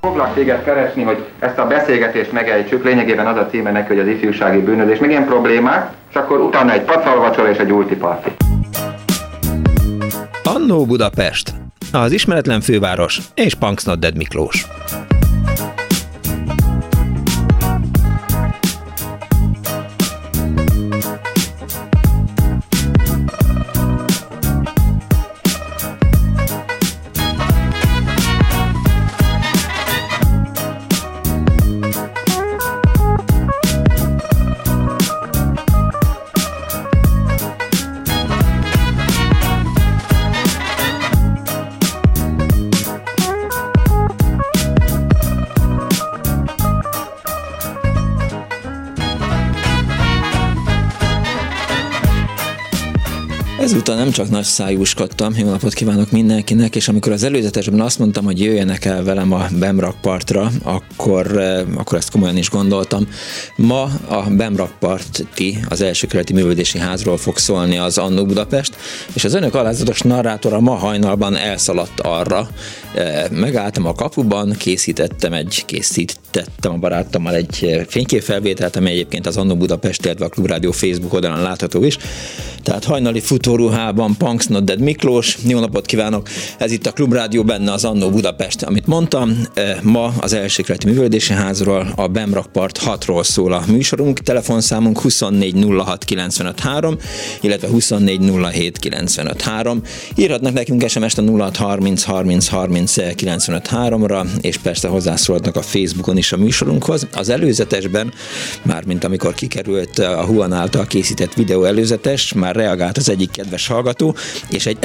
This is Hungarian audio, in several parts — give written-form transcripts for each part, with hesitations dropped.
Foglak téged keresni, hogy ezt a beszélgetést megejtsük, lényegében az a címe neki, hogy az ifjúsági bűnözés, meg ilyen problémák, és akkor utána egy pacalvacsora és egy ultiparti. Annó Budapest, az ismeretlen főváros és Punks Not Dead Miklós. Ezúttal nem csak nagy szájúskodtam, jó napot kívánok mindenkinek, és amikor az előzetesben azt mondtam, hogy jöjjenek el velem a Bemrakpartra, akkor ezt komolyan is gondoltam. Ma a Bemrakparti, az első kerületi művelődési házról fog szólni az Annó Budapest, és az önök alázatos narrátora ma hajnalban elszaladt arra. Megálltam a kapuban, készítettem a barátommal egy fényképfelvételt, ami egyébként az Annó Budapest, illetve a Klubrádió Facebook oldalon látható is. Tehát hajnali futóruhában Punks Not Dead Miklós. Jó napot kívánok! Ez itt a Klubrádió, benne az Annó Budapest. Amit mondtam, ma az első kerületi művelődési házról, a Bemrakpart 6-ról szól a műsorunk. Telefonszámunk 24 06 95 3, illetve 24 07 95 3. Írhatnak nekünk SMS-t a 06 30 30 30 95 3-ra, és persze hozzászólhatnak a Facebookon is a műsorunkhoz. Az előzetesben, mármint amikor kikerült a Huan által készített videó előzetes, már reagált az egyik kedves hallgató, és egy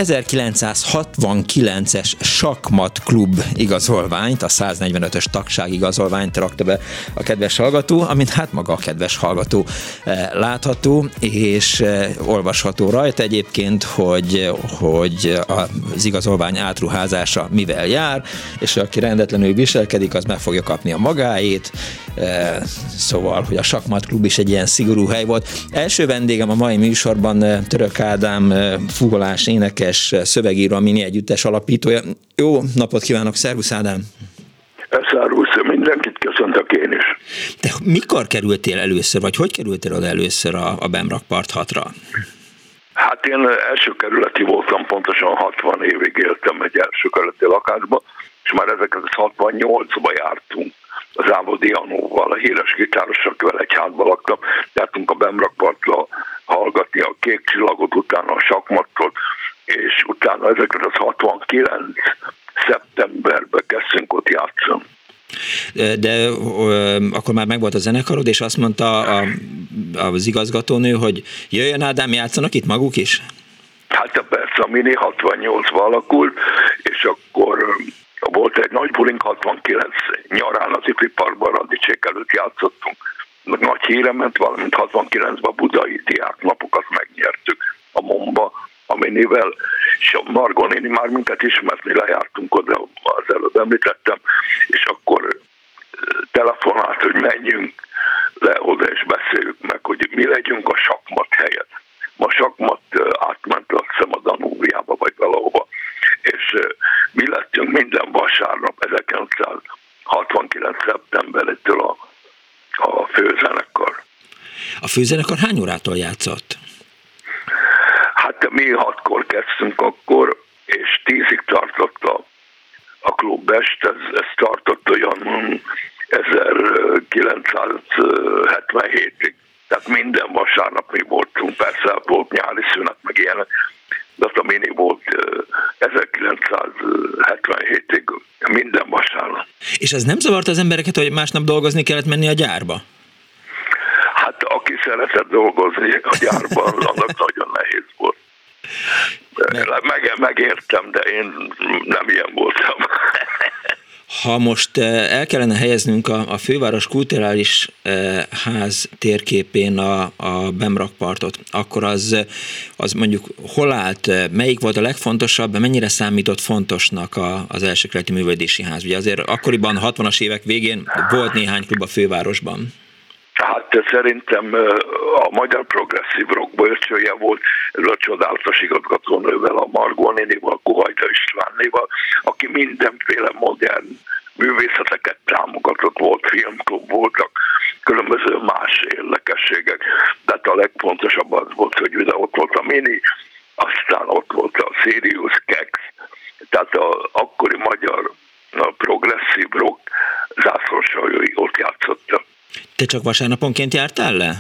1969-es Sakmat Klub igazolványt, a 145-ös tagság igazolványt rakta be a kedves hallgató, amit hát maga a kedves hallgató látható, és olvasható rajta egyébként, hogy az igazolvány átruházása mivel jár, és aki rendetlenül viselkedik, az meg fogja kapni a magáét. Szóval, hogy a Sakmat Klub is egy ilyen szigorú hely volt. Első vendégem a mai műsorban Török Ádám, fúvolás, énekes, szövegíró, a Mini Együttes alapítója. Jó napot kívánok, szervusz Ádám! Szervusz, mindenkit köszöntök én is. Te mikor kerültél először, vagy hogy kerültél oda először a Bemrakpart 6-ra? Hát én első kerületi voltam, pontosan 60 évig éltem egy első kerületi lakásba, és már 1968-ban jártunk az Ávodi Anóval, a híres gitáros, akivel egy házban laktam, jártunk a Bemrakpartra hallgatni a Kék Csillagot, utána a Sakmatot, és utána 1969 szeptemberben kezdtünk ott játszani. De akkor már megvolt a zenekarod, és azt mondta az igazgatónő, hogy jöjjön Ádám, játszanak itt maguk is? Hát persze, a Mini 68-ban alakult, és akkor volt egy nagy bulink 69 nyarán az Ifli Parkban, Radicsék előtt játszottunk. Nagy híre ment, valamint 69-ben a budai diáknapokat megnyertük a MOM-ba, a Minivel, és a Margó néni már minket ismert, mi lejártunk oda, az előbb említettem, és akkor telefonált, hogy menjünk le oda és beszéljük meg, hogy mi legyünk a Sakmat helyett. Ma Sakmat átment, azt hiszem, a Danúbiába vagy valahova, és mi lettünk minden vasárnap 1969. szeptemberétől a főzenekar. A főzenekar hány órától játszott? Hát mi 6-kor kezdtünk akkor, és 10-ig tartott a klubest, ez tartott olyan 1977-ig. Tehát minden vasárnap mi voltunk, persze volt nyári szünet, meg ilyenek, de az a Mini volt 1977-ig minden vasárnap. És ez nem zavart az embereket, hogy másnap dolgozni kellett menni a gyárba? Hát aki szeretett dolgozni a gyárban, annak nagyon nehéz volt. Megértem, de én nem ilyen voltam. Ha most el kellene helyeznünk a főváros kulturális ház térképén a Bemrakpartot, akkor az mondjuk hol állt, melyik volt a legfontosabb, mennyire számított fontosnak az első kerületi művelődési ház? Ugye azért akkoriban, 60-as évek végén volt néhány klub a fővárosban. Hát szerintem a Magyar Progresszív Rock bölcsője volt, ez a csodálatos igazgatónővel, a Margó nénival, a Kuhajda Istvánnéval, aki mindenféle modern művészeteket támogatott, volt filmklub, voltak különböző más érdekességek, de a legfontosabb az volt, hogy ugye ott volt a Mini, aztán ott volt a Sirius Kex, tehát az akkori magyar progresszív rock zászlóshajói ott játszottak. Te csak vasárnaponként jártál le?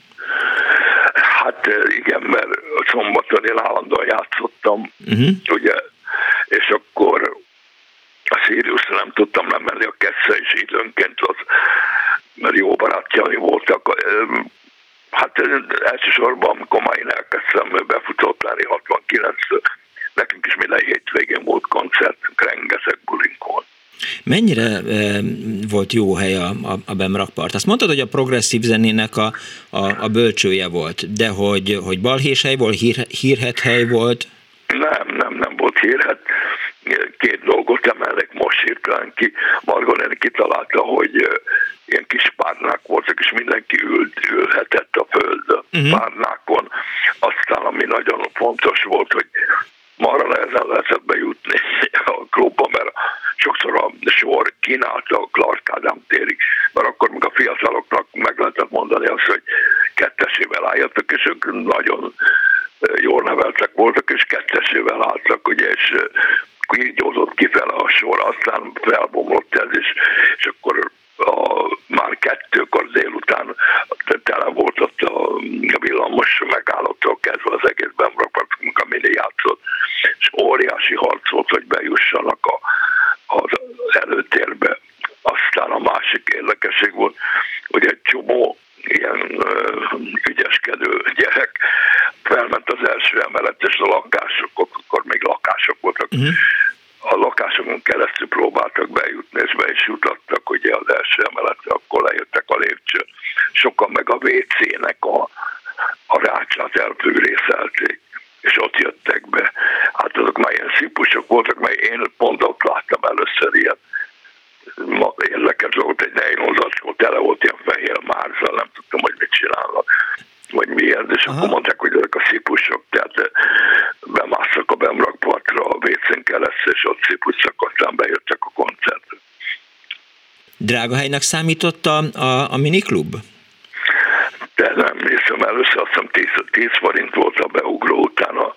Hát igen, mert szombaton én állandóan játszottam, ugye, és akkor a Siriusra nem tudtam lemenni, a Kexre is időnként az, mert jó barátjai voltak. Hát elsősorban, amikor már én elkezdtem befutott lenni 69-től, nekünk is minden hétvégén volt koncertünk, rengeteg bulink volt. Mennyire volt jó hely a Bemrakpart? Azt mondtad, hogy a progresszív zenének a bölcsője volt, de hogy balhéshely volt, hírhethely volt? Nem volt hírhet. Két dolgot emelnek most hirtelen ki. Marga néni kitalálta, hogy ilyen kis párnák voltak, és mindenki ülhetett a földön párnákon. Aztán, ami nagyon fontos volt, hogy marra nehezen lehetett bejutni a klubba, mert sokszor a sor kínálta a Clark Ádám térig, mert akkor még a fiataloknak meg lehetett mondani azt, hogy kettesével álljatok, és ők nagyon jól neveltek voltak, és kettesével álltak, ugye, és így oldott kifele a sor, aztán felbomlott ez is, és akkor már 2-kor délután tele volt ott a villamos megállótól kezdve az egész Bemrakpartunk, amin játszott, és óriási harc volt, hogy bejussanak az előtérbe. Aztán a másik érdekesség volt, hogy egy csomó ilyen ügyeskedő gyerek felment az első emeletes a lakások, akkor még lakások voltak. A lakásokon keresztül próbáltak bejutni, és be is jutottak, ugye az első emeletre, akkor lejöttek a lépcsőn. Sokan meg a WC-nek a rácsát elfűrészelték, és ott jöttek be. Hát azok már ilyen szipusok voltak, mert én pont ott láttam először ilyet. Érdekes volt, egy nejlonzacskó, tele volt ilyen fehér márzal, nem tudtam, hogy mit csinálnak, vagy miért, és akkor mondták, hogy ezek a szipusok, tehát bemásztak a Bemrakpartra a WC-n keresztül, és ott szipusztak, aztán bejöttek a koncertre. Drága helynek számított a miniklub? De nem hiszem, először azt hiszem 10 forint volt a beugró, utána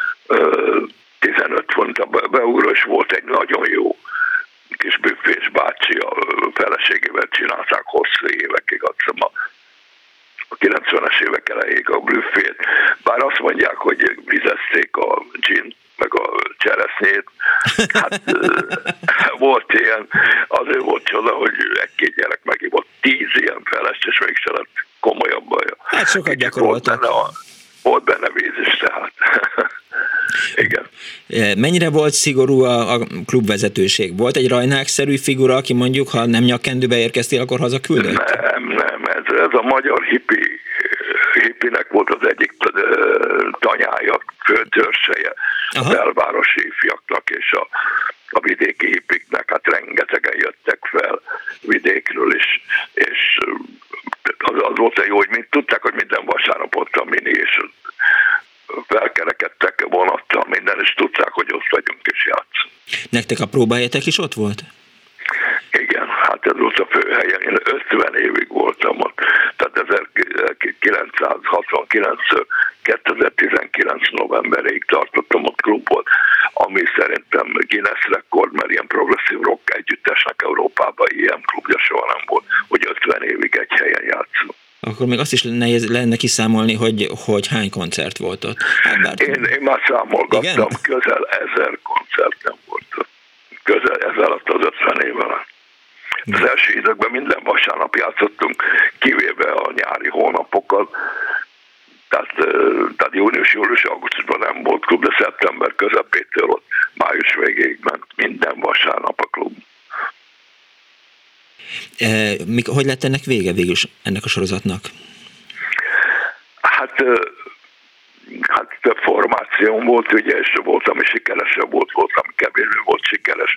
15 forint a beugró, és volt egy nagyon jó kis büfés bácsi, a feleségével csinálták hosszú évekig, azt hiszem a 90-es évek elejéig a büfét. Bár azt mondják, hogy vizezték a gin meg a cseresznyét. Hát volt ilyen, azért volt csoda, hogy egy-két gyerek megívott 10 ilyen felest, és mégse lett komolyabb baja. Hát sokat gyakoroltak. Volt benne víz is, tehát. Igen. Mennyire volt szigorú a klubvezetőség? Volt egy Rajnák-szerű figura, aki mondjuk, ha nem nyakkendőbe érkeztél, akkor hazaküldött? Nem. Ez a magyar hippinek volt az egyik tanyája, főtörzseje a belvárosi ifjaknak és a vidéki hippiknek. Hát rengetegen jöttek fel vidékről is, és az volt egy jó, hogy tudták, hogy minden vasárnap ott a Mini, és felkerekedtek vonattal minden, és tudták, hogy ott vagyunk és játszunk. Nektek a próbahelyetek is ott volt? Igen, hát ez volt a főhelyen. Én 50 évig voltam ott. Tehát 1969-től 2019 novemberig tartottam ott klubot, ami szerintem Guinness rekord, mert ilyen progresszív rock együttesnek Európában ilyen klubja soha nem volt, hogy 50 évig egy helyen játszunk. Akkor még azt is nehéz lenne kiszámolni, hogy hány koncert volt ott. Hát én már számolgattam, igen? Közel 1000 koncertem volt. Közel ez alatt az 50 év alatt. Az első időkben minden vasárnap játszottunk, kivéve a nyári hónapokat. Tehát június, augusztusban nem volt klub, de szeptember közepétől ott május végéig ment minden vasárnap a klub. Hogy lett ennek vége végül ennek a sorozatnak? Hát több formációm volt, ugye, és volt, ami sikeresebb volt, ami kevésbé volt sikeres.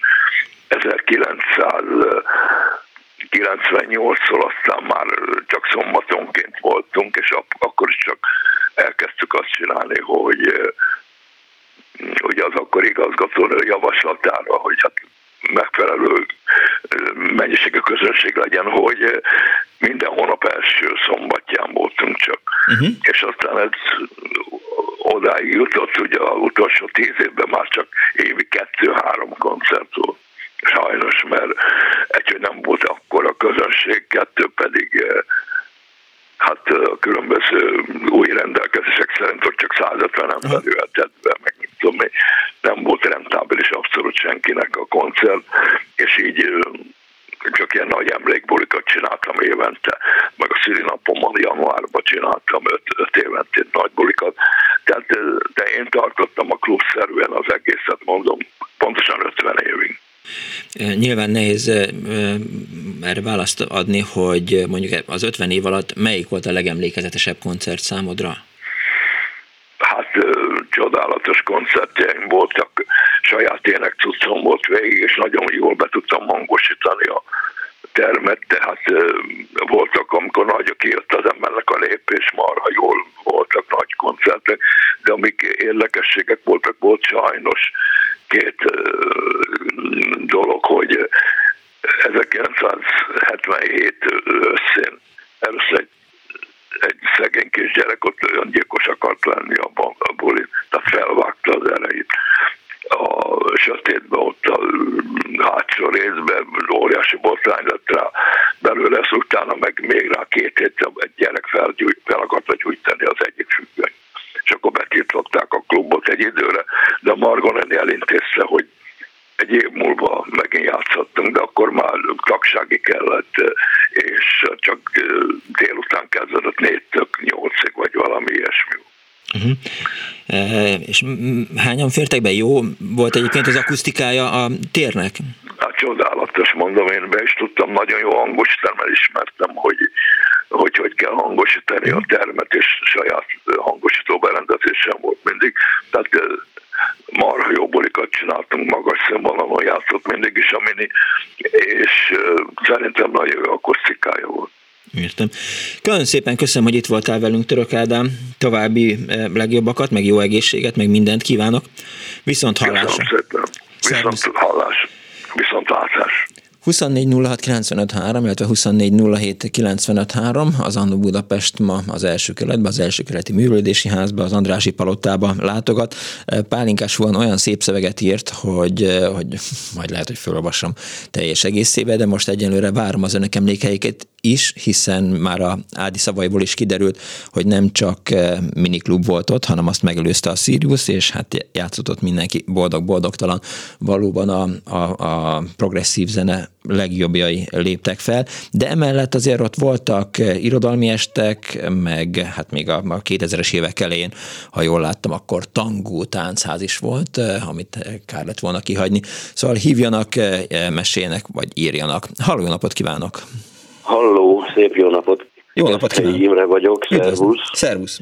1998-szor aztán már csak szombatonként voltunk, és akkor is csak elkezdtük azt csinálni, hogy az akkor igazgató javaslatára, hogy hát megfelelő mennyiségű közönség legyen, hogy minden hónap első szombatján voltunk csak. És aztán ez odáig jutott, ugye az utolsó 10 évben már csak évi 2-3 koncert volt. Sajnos, mert egy, nem volt akkora közönség, 2 pedig hát különböző új rendelkezések szerint, hogy csak 150 ember jöhetett be, meg mit tudom én, nem volt rentábilis abszolút senkinek a koncert, és így csak ilyen nagy emlékbulikat csináltam évente, meg a szülinapomon januárban csináltam 5 évente nagy bulikat, tehát de én tartottam a klubszerűen az egészet, mondom, pontosan 50 évig. Nyilván nehéz erre választ adni, hogy mondjuk az 50 év alatt melyik volt a legemlékezetesebb koncert számodra? Hát csodálatos koncertjeim voltak, saját énekcuccom volt végig, és nagyon jól be tudtam hangosítani a termet, tehát voltak, amikor nagyok jött az embernek a lépés, marha jól voltak nagy koncertek, de amik érdekességek voltak, volt sajnos 2 dolog, hogy 1977 őszén először egy szegény kisgyerek ott öngyilkos akart lenni a bulin, tehát felvágta az erejét. A sötétben ott a hátsó részben óriási botrány lett rá belőle, ezt utána meg még rá 2 hétre egy gyerek fel akarta gyújtani az egyik függöny. És akkor betiltották a klubot egy időre, de Marga néni elintézte, hogy egy év múlva megint játszottunk, de akkor már tagsági kellett, és csak délután kezdődött 4-től 8-ig, vagy valami ilyesmi. És hányan fértek be? Jó volt egyébként az akusztikája a térnek? Hát csodálatos, mondom, én be is tudtam, nagyon jó hangosítással ismertem, hogy kell hangosítani a termet, és saját hangosító berendezésem volt mindig. Tehát marha jó bulikat csináltunk, magas színvonalon játszott mindig is a Mini, és szerintem nagyon jó akusztikája volt. Értem. Nagyon szépen köszönöm, hogy itt voltál velünk, Török Ádám. További legjobbakat, meg jó egészséget, meg mindent kívánok. Viszont hallásra. Viszont hallás. Viszont látás. 24 06 95 3, illetve 24 07 95 3, az Annó Budapest ma az első kerületben, az első kerületi művelődési házba, az Andrássy palotába látogat. Pálinkás van olyan szép szöveget írt, hogy majd lehet, hogy felolvasom teljes egészébe, de most egyenlőre várom az önök emlékeiket is, hiszen már a Ádi szavaiból is kiderült, hogy nem csak miniklub volt ott, hanem azt megelőzte a Sirius, és hát játszott ott mindenki boldog-boldogtalan. Valóban a progresszív zene legjobbjai léptek fel, de emellett azért ott voltak irodalmi estek, meg hát még a 2000-es évek elején, ha jól láttam, akkor tangó táncház is volt, amit kár lett volna kihagyni. Szóval hívjanak, meséljenek, vagy írjanak. Halló, jó napot kívánok! Halló, szép jó napot! Jó napot kívánok! Imre vagyok, szervusz! Szervusz!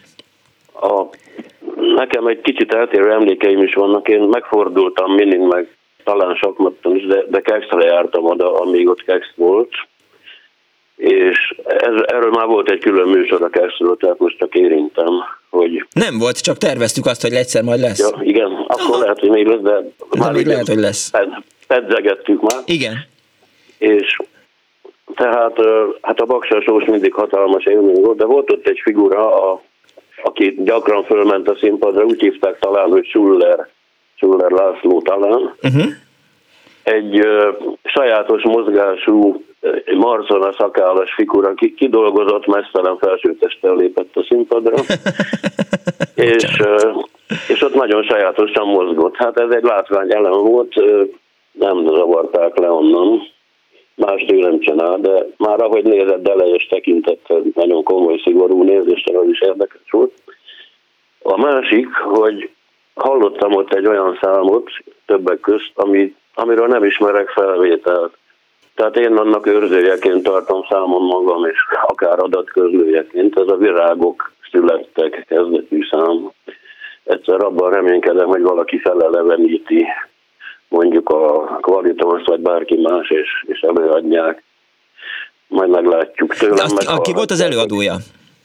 Nekem egy kicsit eltérő emlékeim is vannak, én megfordultam mindig, meg talán sakmattam is, de Kexre jártam oda, amíg ott Kex volt, és erről már volt egy külön műsor a Kexről, tehát most csak érintem, hogy... Nem volt, csak terveztük azt, hogy egyszer majd lesz. Ja, igen, akkor lehet, hogy még lesz, de már még lehet, hogy lesz. Pedzegettük már. Igen. És tehát hát a Baksasós mindig hatalmas élmény volt, de volt ott egy figura, aki gyakran fölment a színpadra, úgy hívták talán, hogy Schuller László talán. Egy sajátos mozgású, marcona szakállas figura, kidolgozott, mesztelen felsőtesttel lépett a színpadra, és ott nagyon sajátosan mozgott. Hát ez egy látványelem volt, nem zavarták le onnan, más nem csinál, de már ahogy nézett elejés tekintettel, nagyon komoly, szigorú nézésre, az is érdekes volt. A másik, hogy hallottam ott egy olyan számot többek közt, amiről nem ismerek felvételt. Tehát én annak őrzőjeként tartom számon magam, és akár adatközlőjeként. Ez a Virágok születtek kezdetű szám. Egyszer abban reménykedem, hogy valaki feleleveníti mondjuk a Kvalitósz, vagy bárki más, és előadják. Majd meglátjuk tőlem. Aki volt az előadója?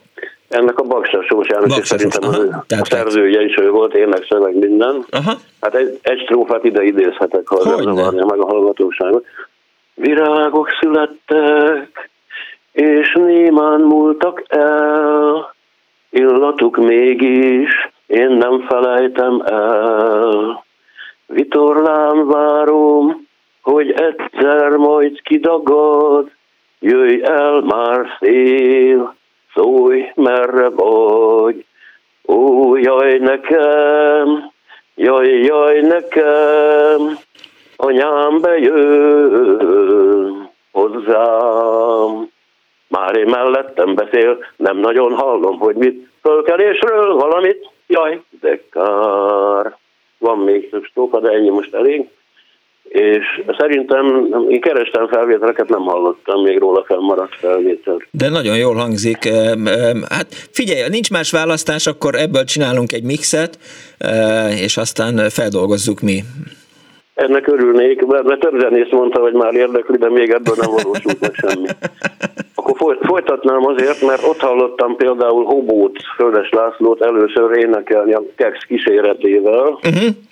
Ennek a Baksa Sós János, és szerintem a szerzője is ő volt, énekszöveg minden. Aha. Hát egy strófát ide idézhetek, ha az zavarja meg a hallgatóságot. Virágok születtek, és némán múltak el, illatuk mégis, én nem felejtem el. Vitorlán várom, hogy egyszer majd kidagad, jöjj el már szél, szólj merre vagy. Ó, jaj nekem, jaj nekem, anyám bejön hozzám. Már én mellettem beszél, nem nagyon hallom, hogy mit, fölkelésről valamit, jaj, de kár. Van még több stópa, de ennyi most elég. És szerintem én kerestem felvételeket, nem hallottam még róla fennmaradt felvételt. De nagyon jól hangzik. Hát figyelj, nincs más választás, akkor ebből csinálunk egy mixet, és aztán feldolgozzuk mi. Ennek örülnék, mert több zenész mondta, hogy már érdekli, de még ebből nem valósult meg semmi. Akkor folytatnám azért, mert ott hallottam például Hobót, Földes Lászlót először énekelni a Kex kíséretével.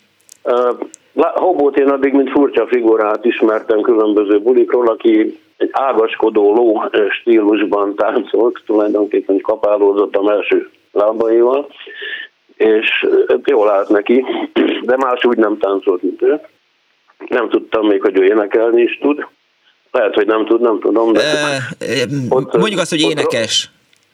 Hobót én addig, mint furcsa figurát ismertem különböző bulikról, aki egy ágaskodó ló stílusban táncolt, tulajdonképpen kapálódott a első lábaival, és jól állt neki, de más úgy nem táncolt, mint ő. Nem tudtam még, hogy ő énekelni is tud. Lehet, hogy nem tudom. De mondjuk azt, hogy énekes.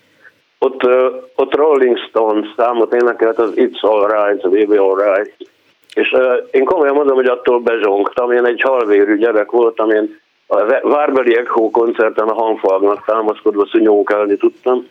Ott Rolling Stones számot énekelt, az It's Alright, Baby Alright. És én komolyan mondom, hogy attól bezsongtam. Én egy halvérű gyerek voltam, én a Várbeli Echo koncerten a hangfalnak támaszkodva szúnyókálni tudtam.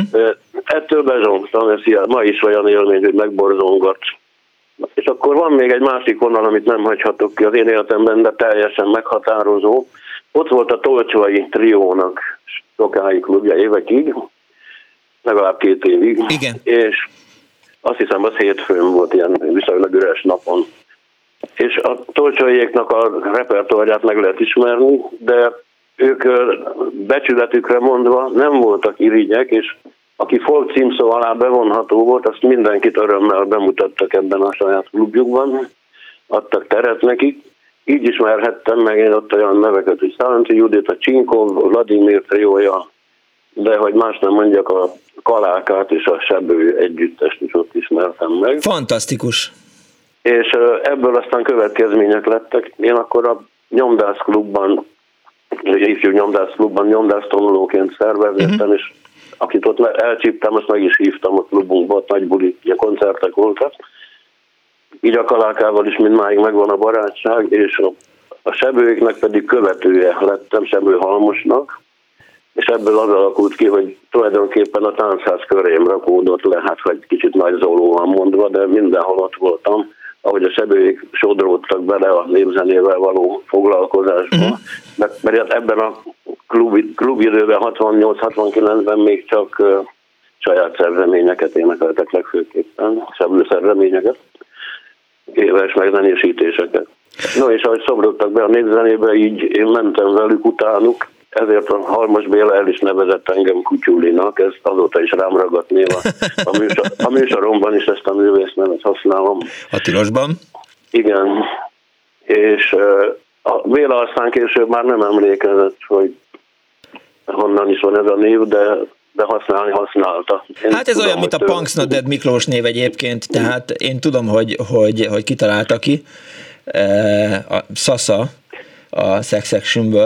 Ettől bezsongtam, ez ma is olyan élmény, hogy megborzongat. És akkor van még egy másik vonal, amit nem hagyhatok ki az én életemben, de teljesen meghatározó. Ott volt a Tolcsvai Triónak sokáig klubja, évekig, legalább 2 évig. Igen. És azt hiszem, az hétfőn volt ilyen viszonylag üres napon. És a Tolcsvaiéknak a repertoárját meg lehet ismerni, de ők becsületükre mondva nem voltak irigyek, és aki folk címszó alá bevonható volt, azt mindenkit örömmel bemutattak ebben a saját klubjukban, adtak teret nekik. Így ismerhettem meg én ott olyan neveket, hogy Szalánti Judit, a Csinkov, Vladimir triója, de hogy más nem mondjak, a Kalákát és a Sebő együttest is ott ismertem meg. Fantasztikus. És ebből aztán következmények lettek. Én akkor a nyomdászklubban, ifjú nyomdászklubban nyomdásztanulóként szerveződtem, és akit ott elcsíptem, azt meg is hívtam a klubunkba, ott nagy buli, ugye koncertek voltak. Így a Kalákával is mindmáig megvan a barátság, és a Sebőiknek pedig követője lettem, Sebő Halmosnak, és ebből az alakult ki, hogy tulajdonképpen a táncház körém rakódott le, hát vagy kicsit nagy zólóan mondva, de mindenhol ott voltam, ahogy a Sebőik sodródtak bele a népzenével való foglalkozásba, mert ebben a klubidőben 68-69-ben még csak saját szerzeményeket énekeltek legfőképpen, Sebő szerzeményeket, éves megzenésítéseket. No, és ahogy szobrodtak be a népzenébe, így én mentem velük utánuk, ezért a Halmos Béla el is nevezett engem Kutyulinak, ez azóta is rám ragadt néha. A műsoromban is ezt a művész nevet használom. A tilosban? Igen. És a Béla aztán később már nem emlékezett, hogy honnan is van ez a név, de használni használta. Hát ez olyan, mint a Punks Not Dead Miklós név egyébként, tehát én tudom, hogy kitalálta ki. A Sasa a Sex Sectionből.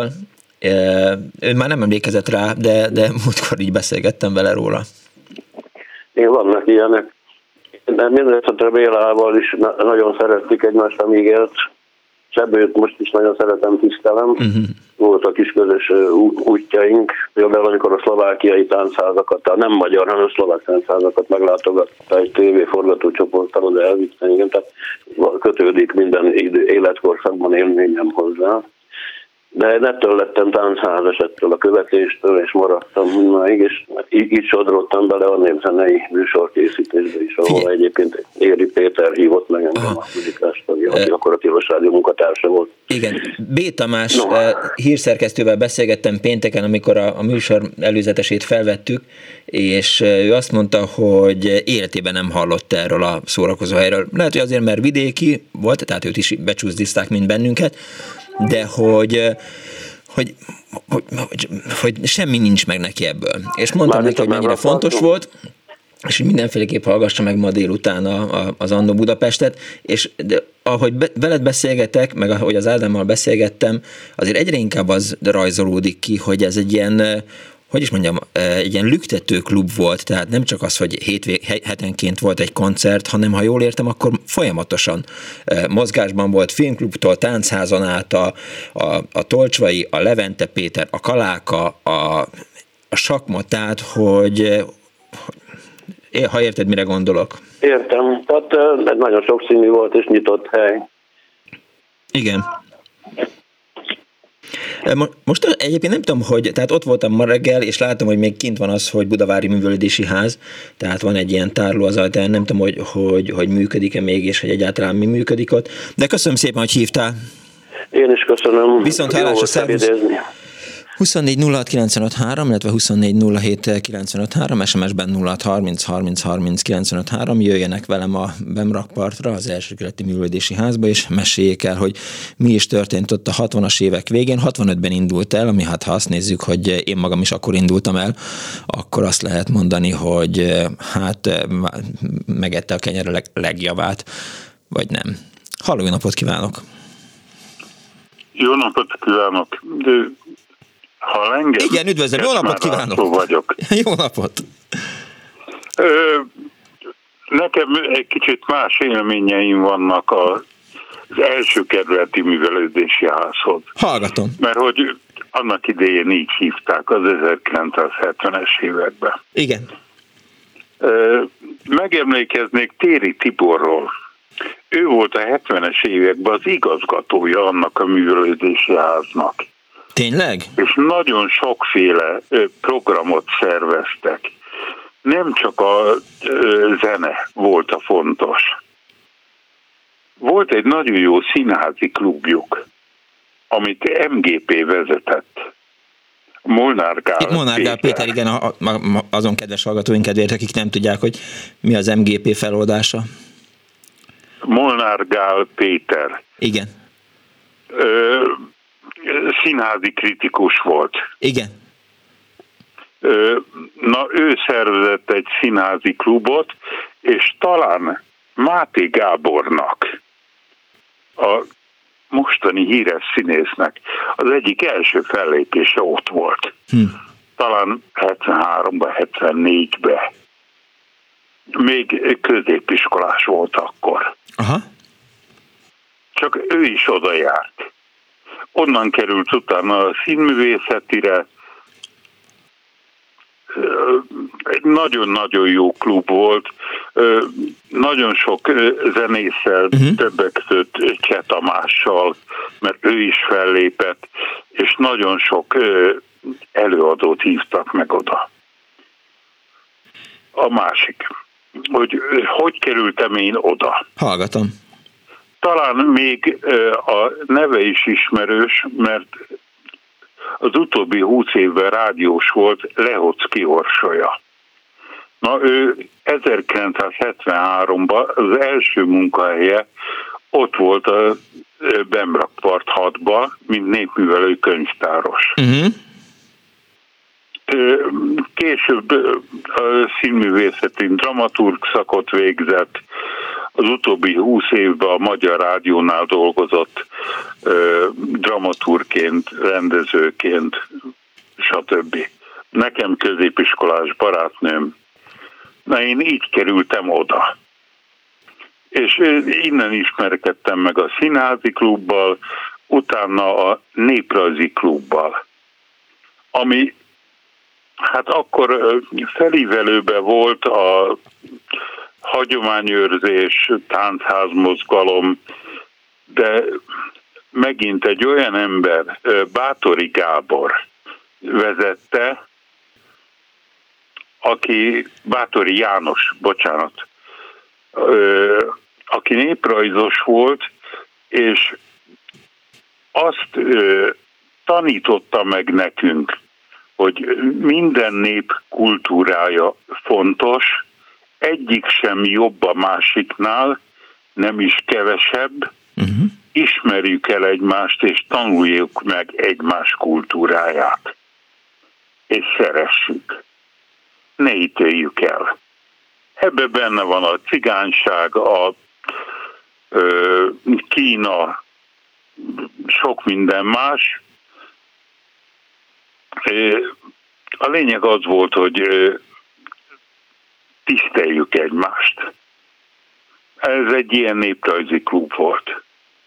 Ő már nem emlékezett rá, de múltkor így beszélgettem vele róla. Én vannak ilyenek. De mindesetre Bélával is nagyon szerettük egymást, amíg élt. Sebőt most is nagyon szeretem, tisztelem. Voltak is közös útjaink. Például amikor a szlovákiai táncházakat, nem magyar, hanem szlovák táncházakat meglátogatta egy tévéforgatócsoporttal, oda elvitt engem, tehát kötődik minden életkorszakban élményem hozzá. De ettől lettem táncházas, ettől a követéstől, és maradtam mindmáig, és így sodródtam bele a népzenei műsorkészítésbe is, ahol egyébként Éri Péter hívott meg engem a muzsikás tagja, aki akkor a Tilos Rádió munkatársa volt. Igen, B. Tamás hírszerkesztővel beszélgettem pénteken, amikor a műsor előzetesét felvettük, és ő azt mondta, hogy életében nem hallott erről a szórakozóhelyről. Lehet, hogy azért, mert vidéki volt, tehát őt is becsúszdizták, mint bennünket, de hogy semmi nincs meg neki ebből. És mondtam neki, hogy mennyire fontos volt, és hogy mindenféleképp hallgassa meg ma délután az Annó Budapestet, és ahogy veled beszélgetek, meg ahogy az Ádámmal beszélgettem, azért egyre inkább az rajzolódik ki, hogy ez egy ilyen, hogy is mondjam, egy ilyen lüktető klub volt, tehát nem csak az, hogy hetenként volt egy koncert, hanem ha jól értem, akkor folyamatosan mozgásban volt, filmklubtól, táncházon át, a Tolcsvai, a Levente Péter, a Kaláka, a Sakma, tehát hogy ha érted, mire gondolok. Értem, tehát ez nagyon sokszínű volt és nyitott hely. Igen. Most egyébként nem tudom, hogy, tehát ott voltam ma reggel, és látom, hogy még kint van az, hogy Budavári Művelődési Ház, tehát van egy ilyen tároló az ajtaján, nem tudom, hogy működik-e még, és hogy egyáltalán mi működik ott. De köszönöm szépen, hogy hívtál. Én is köszönöm. Viszont hálás a szervusz. 24 06 95 3, illetve 24 07 95 3, SMS-ben 06 30 30 30 95 3, jöjjenek velem a Bemrakpartra, az első kerületi művelődési házba, és meséljék el, hogy mi is történt ott a 60-as évek végén. 65-ben indult el, ami hát ha azt nézzük, hogy én magam is akkor indultam el, akkor azt lehet mondani, hogy hát megette a kenyere legjavát, vagy nem. Halló, jó napot kívánok! Jó napot kívánok! Ha engem, igen, üdvözlöm, jó napot kívánok! Vagyok. Jó napot! Nekem egy kicsit más élményeim vannak az első kerületi művelődési házhoz. Hallgatom. Mert hogy annak idején így hívták az 1970-es években. Igen. Megemlékeznék Téri Tiborról. Ő volt a 70-es években az igazgatója annak a művelődési háznak. Tényleg? És nagyon sokféle programot szerveztek. Nem csak a zene volt a fontos. Volt egy nagyon jó színházi klubjuk, amit MGP vezetett. Molnár Gál Péter, igen, azon kedves hallgatóink kedvéért, akik nem tudják, hogy mi az MGP feloldása. Molnár Gál Péter. Igen. Színházi kritikus volt. Igen. Na, ő szervezett egy színházi klubot, és talán Máté Gábornak, a mostani híres színésznek, az egyik első fellépése ott volt. Talán 73-ban, 74-ben. Még középiskolás volt akkor. Aha. Csak ő is oda járt. Onnan került utána a színművészetire. Egy nagyon-nagyon jó klub volt. Nagyon sok zenésszel, többek között Cseh Tamással, mert ő is fellépett, és nagyon sok előadót hívtak meg oda. A másik, hogy kerültem én oda? Hallgatom. Talán még a neve is ismerős, mert az utóbbi 20 évben rádiós volt, Lehocki Orsolya. Na, ő 1973-ban az első munkahelye ott volt a Bemrakpart 6-ban, mint népművelő könyvtáros. Később a színművészeti dramaturg szakot végzett, az utóbbi 20 évben a Magyar Rádiónál dolgozott dramaturgként, rendezőként, stb. Nekem középiskolás barátnőm. Na, én így kerültem oda. És innen ismerkedtem meg a színházi klubbal, utána a néprajzi klubbal, ami hát akkor felívelőben volt a hagyományőrzés, táncházmozgalom, de megint egy olyan ember, Báthori Gábor vezette, Báthori János, bocsánat, aki néprajzos volt, és azt tanította meg nekünk, hogy minden nép kultúrája fontos, egyik sem jobb a másiknál, nem is kevesebb, ismerjük el egymást, és tanuljuk meg egymás kultúráját, és szeressük. Ne ítéljük el. Ebben benne van a cigányság, a Kína, sok minden más. A lényeg az volt, hogy tiszteljük egymást. Ez egy ilyen néprajzi klub volt.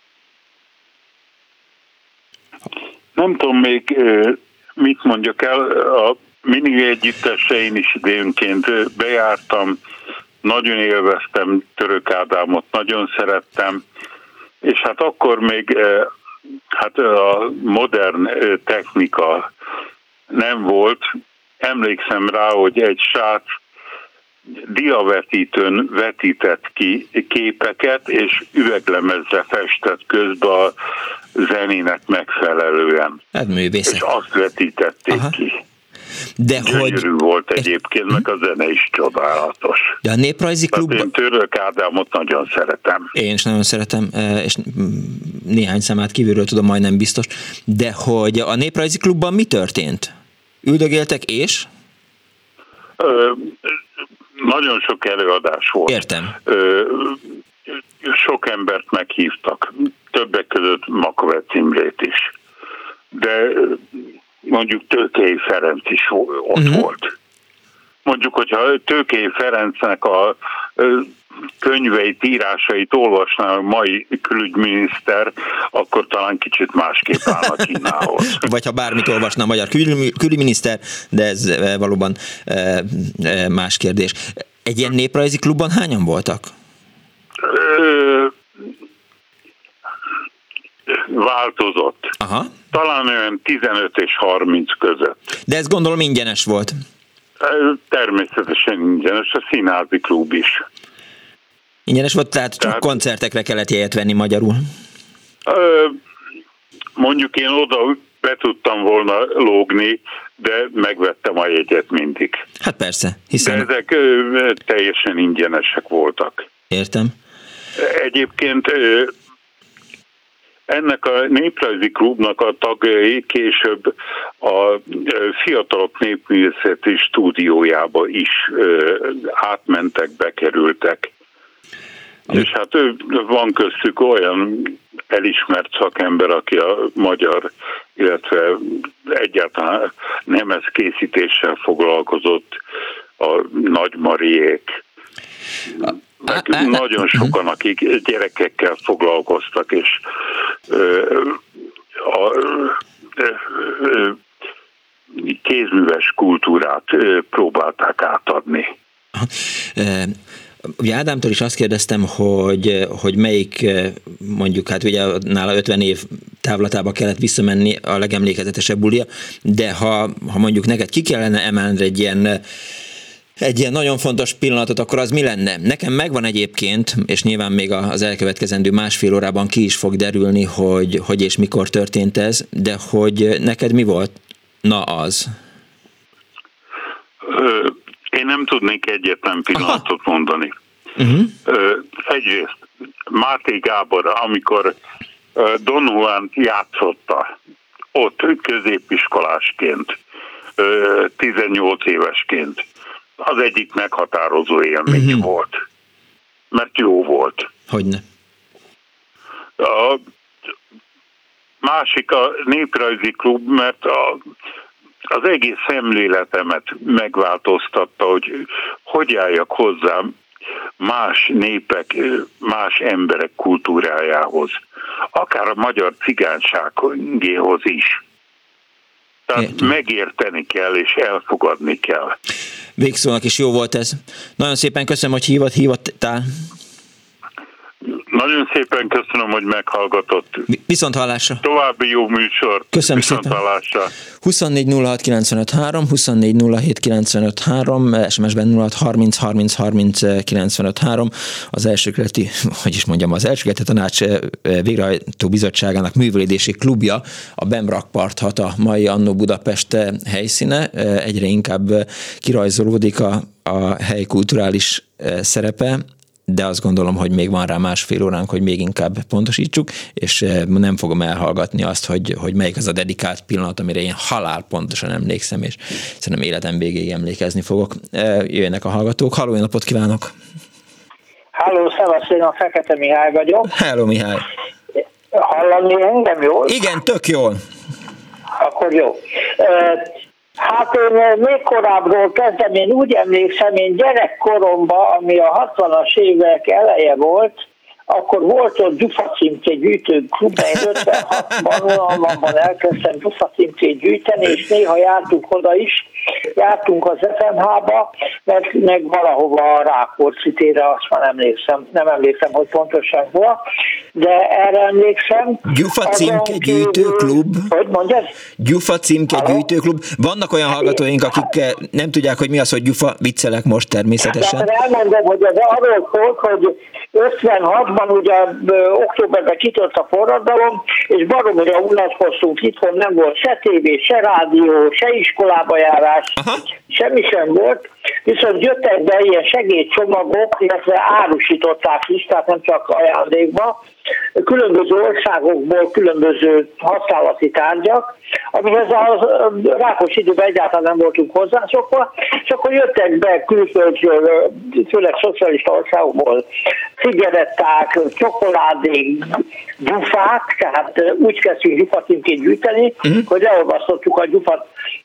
Nem tudom még mit mondjak el, a Mini együttesre én is időnként bejártam, nagyon élveztem Török Ádámot, nagyon szerettem, és hát akkor még hát a modern technika nem volt. Emlékszem rá, hogy egy srác diavetítőn vetített ki képeket, és üveglemezre festett közben a zenének megfelelően. Hát művészet. És azt vetítették ki. De gyönyörű volt egyébként, meg a zene is csodálatos. De a néprajzi klubban... Én Török Ádámot nagyon szeretem. Én is nagyon szeretem, és néhány számát kívülről tudom, majdnem biztos. De hogy a néprajzi klubban mi történt? Üldögéltek és? Nagyon sok előadás volt. Értem. Sok embert meghívtak. Többek között Makovec Imrét is. De mondjuk Tőkei Ferenc is ott volt. Mondjuk, hogyha Tőkei Ferencnek a könyveit, írásait olvasná a mai külügyminiszter, akkor talán kicsit másképp állna Kínához. Vagy ha bármit olvasna a magyar külügyminiszter, de ez valóban más kérdés. Egy ilyen néprajzi klubban hányan voltak? Változott. Aha. Talán olyan 15 és 30 között. De ez gondolom ingyenes volt. Természetesen ingyenes, a színházi klub is. Ingyenes volt, tehát csak koncertekre kellett jegyet venni magyarul. Mondjuk én oda be tudtam volna lógni, de megvettem a jegyet mindig. Hát persze, hiszen... De ezek teljesen ingyenesek voltak. Értem. Egyébként ennek a néprajzi klubnak a tagjai később a Fiatalok Népművészeti Stúdiójába is átmentek, bekerültek. És hát van köztük olyan elismert szakember, aki a magyar, illetve egyáltalán nemezkészítéssel foglalkozott, a Nagy Mariék. Nagyon sokan, akik gyerekekkel foglalkoztak, és a kézműves kultúrát próbálták átadni. Ugye Ádámtól is azt kérdeztem, hogy melyik, mondjuk, hát ugye nála 50 év távlatába kellett visszamenni a legemlékezetesebb bulia, de ha mondjuk neked ki kellene emelni egy ilyen nagyon fontos pillanatot, akkor az mi lenne? Nekem megvan egyébként, és nyilván még az elkövetkezendő másfél órában ki is fog derülni, hogy és mikor történt ez, de hogy neked mi volt? Na az. Én nem tudnék egyetlen pillanatot mondani. Egyrészt Máté Gábor, amikor Don Juan játszotta, ott középiskolásként, 18 évesként, az egyik meghatározó élmény volt. Mert jó volt. Hogyne. A másik a néprajzi klub, mert az egész szemléletemet megváltoztatta, hogy álljak hozzá más népek, más emberek kultúrájához. Akár a magyar cigányságéhoz is. Tehát megérteni kell és elfogadni kell. Végszónak is jó volt ez. Nagyon szépen köszönöm, hogy hívottál. Nagyon Nagyon szépen köszönöm, hogy meghallgatott. Viszont hallásra. További jó műsor. Köszönöm szépen. 24 06 95 3, 24 07 95 3, SMS-ben 06 30 30 30 95 3. Az elsőkeleti, az elsőkeleti tanács végrehajtó bizottságának művelődési klubja, a Bemrakpart a mai Annó Budapest helyszíne. Egyre inkább kirajzolódik a hely kulturális szerepe, de azt gondolom, hogy még van rá másfél óránk, hogy még inkább pontosítsuk, és nem fogom elhallgatni azt, hogy melyik az a dedikált pillanat, amire én halálpontosan emlékszem, és szerintem életem végéig emlékezni fogok. Jöjjenek a hallgatók. Halló, jó napot kívánok! Halló, szevasz, én a Fekete Mihály vagyok. Halló, Mihály! Hallani engem jól? Igen, tök jól. Akkor jó. Hát én még korábbról kezdem, én úgy emlékszem, én gyerekkoromban, ami a 60-as évek eleje volt, akkor volt ott Gyufa címkét gyűjtő klub, én 56-ban elkezdtem Gyufa címkét gyűjteni, és néha jártunk oda is, jártunk az FMH-ba, meg valahova a Rákóczi térre, azt már nem emlékszem, hogy pontosan hol, de erre emlékszem. Gyufa címke gyűjtőklub? Hogy mondjad? Gyufa címke gyűjtőklub. Vannak olyan hallgatóink, akik nem tudják, hogy mi az, hogy Gyufa, viccelek most természetesen. De elmondom, hogy ez arról szólt, hogy 56-ban ugye októberben kitört a forradalom, és baromira unatkoztunk itthon, nem volt se tévé, se rádió, se iskolába járás, semmi sem volt, viszont jöttek be ilyen segédcsomagok, illetve árusították is, tehát nem csak ajándékba, különböző országokból különböző használati tárgyak, amihez a rákos időben egyáltalán nem voltunk hozzászokva, és akkor jöttek be külföldről, főleg szocialista országokból cigaretták, csokoládék, gyufák, tehát úgy kezdtünk Gyufa címkét gyűjteni, hogy leolvasztottuk a Gyufa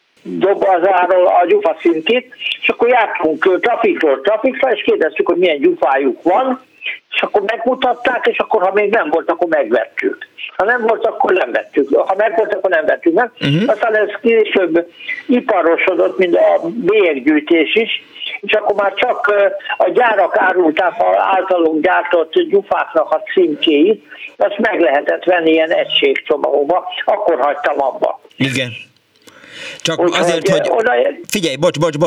dobozáról a Gyufa címkét, és akkor jártunk trafikról trafikra, és kérdeztük, hogy milyen gyufájuk van, és akkor megmutatták, és akkor, ha még nem volt, akkor megvettük. Ha nem volt, akkor nem vettük. Ha meg volt, akkor nem vettük meg. Aztán ez később iparosodott, mint a bélyeggyűjtés is, és akkor már csak a gyárak árulták általunk gyártott gyufáknak a címkéit, azt meg lehetett venni ilyen egységcsomagokba, akkor hagytam abba. Igen. Csak úgy azért, hogy figyelj,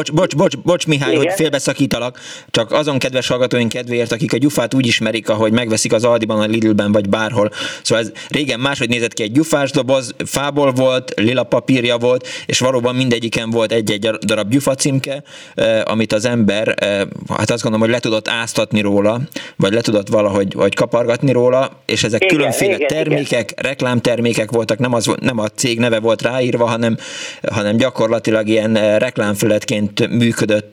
bocs, Mihály, igen? Hogy félbeszakítalak, csak azon kedves hallgatóink kedvéért, akik a gyufát úgy ismerik, ahogy megveszik az Aldiban, a Lidlben, vagy bárhol. Szóval ez régen máshogy nézett ki, egy gyufás doboz, fából volt, lila papírja volt, és valóban mindegyiken volt egy-egy darab gyufa címke, amit az ember, hát azt gondolom, hogy le tudott áztatni róla, vagy le tudott valahogy kapargatni róla, és ezek különféle termékek, reklámtermékek voltak, nem a cég neve volt ráírva, hanem gyakorlatilag ilyen reklámfelületként működött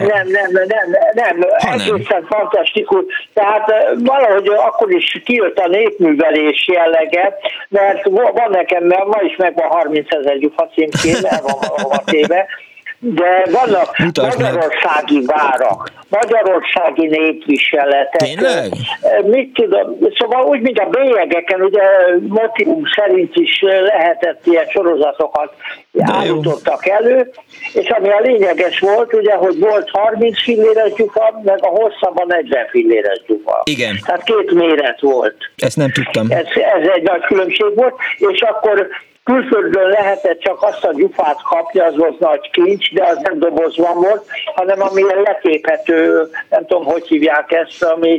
Nem, egészen fantasztikus. Tehát valahogy akkor is kijött a népművelés jellege, mert van nekem, mert ma is megvan 30 000 Gyufa címkén, el van valahova téve, de vannak magyarországi várak, magyarországi népviseletek. Tényleg? Mit tudom, szóval úgy, mint a bélyegeken, ugye motivum szerint is lehetett ilyen sorozatokat állítottak elő, és ami a lényeges volt, ugye, hogy volt 30 filléres gyufa, meg a hosszabban 40 filléres gyufa. Igen. Tehát két méret volt. Ezt nem tudtam. Ez egy nagy különbség volt, és akkor külföldről lehetett csak azt a gyufát kapni, az volt nagy kincs, de az nem dobozban volt, hanem amilyen letéphető, nem tudom, hogy hívják ezt, ami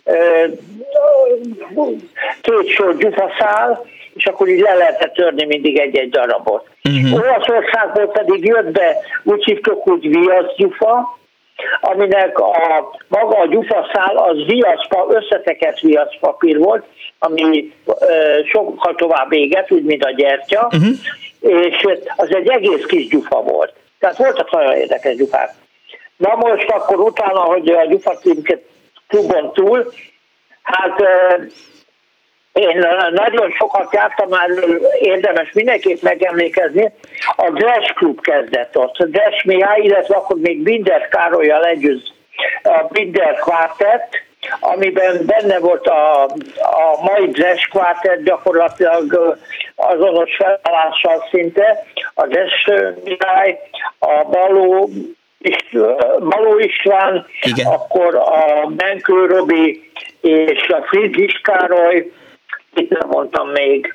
két sor gyufaszál, és akkor így le lehetett törni mindig egy-egy darabot. Olaszországból pedig jött be, úgy hívtuk, hogy viaszgyufa, aminek maga a gyufaszál az összetekert viaszpapír volt, ami sokkal tovább égett, úgy, mint a gyertya, és az egy egész kis gyufa volt. Tehát voltak nagyon érdekes gyufák. Na most akkor utána, hogy a Gyufa címke klubon túl, hát én nagyon sokat jártam, már érdemes mindenképp megemlékezni, a Dres Klub kezdett ott. Dres Mihály, illetve akkor még Binder Károlyal együtt a Binder Quartet, amiben benne volt a mai Dres Quartet, gyakorlatilag azonos felállással szinte, a Dres Mihály, a Baló István, igen. Akkor a Benkő Robi, és a Friedrich Károly, itt nem mondtam még,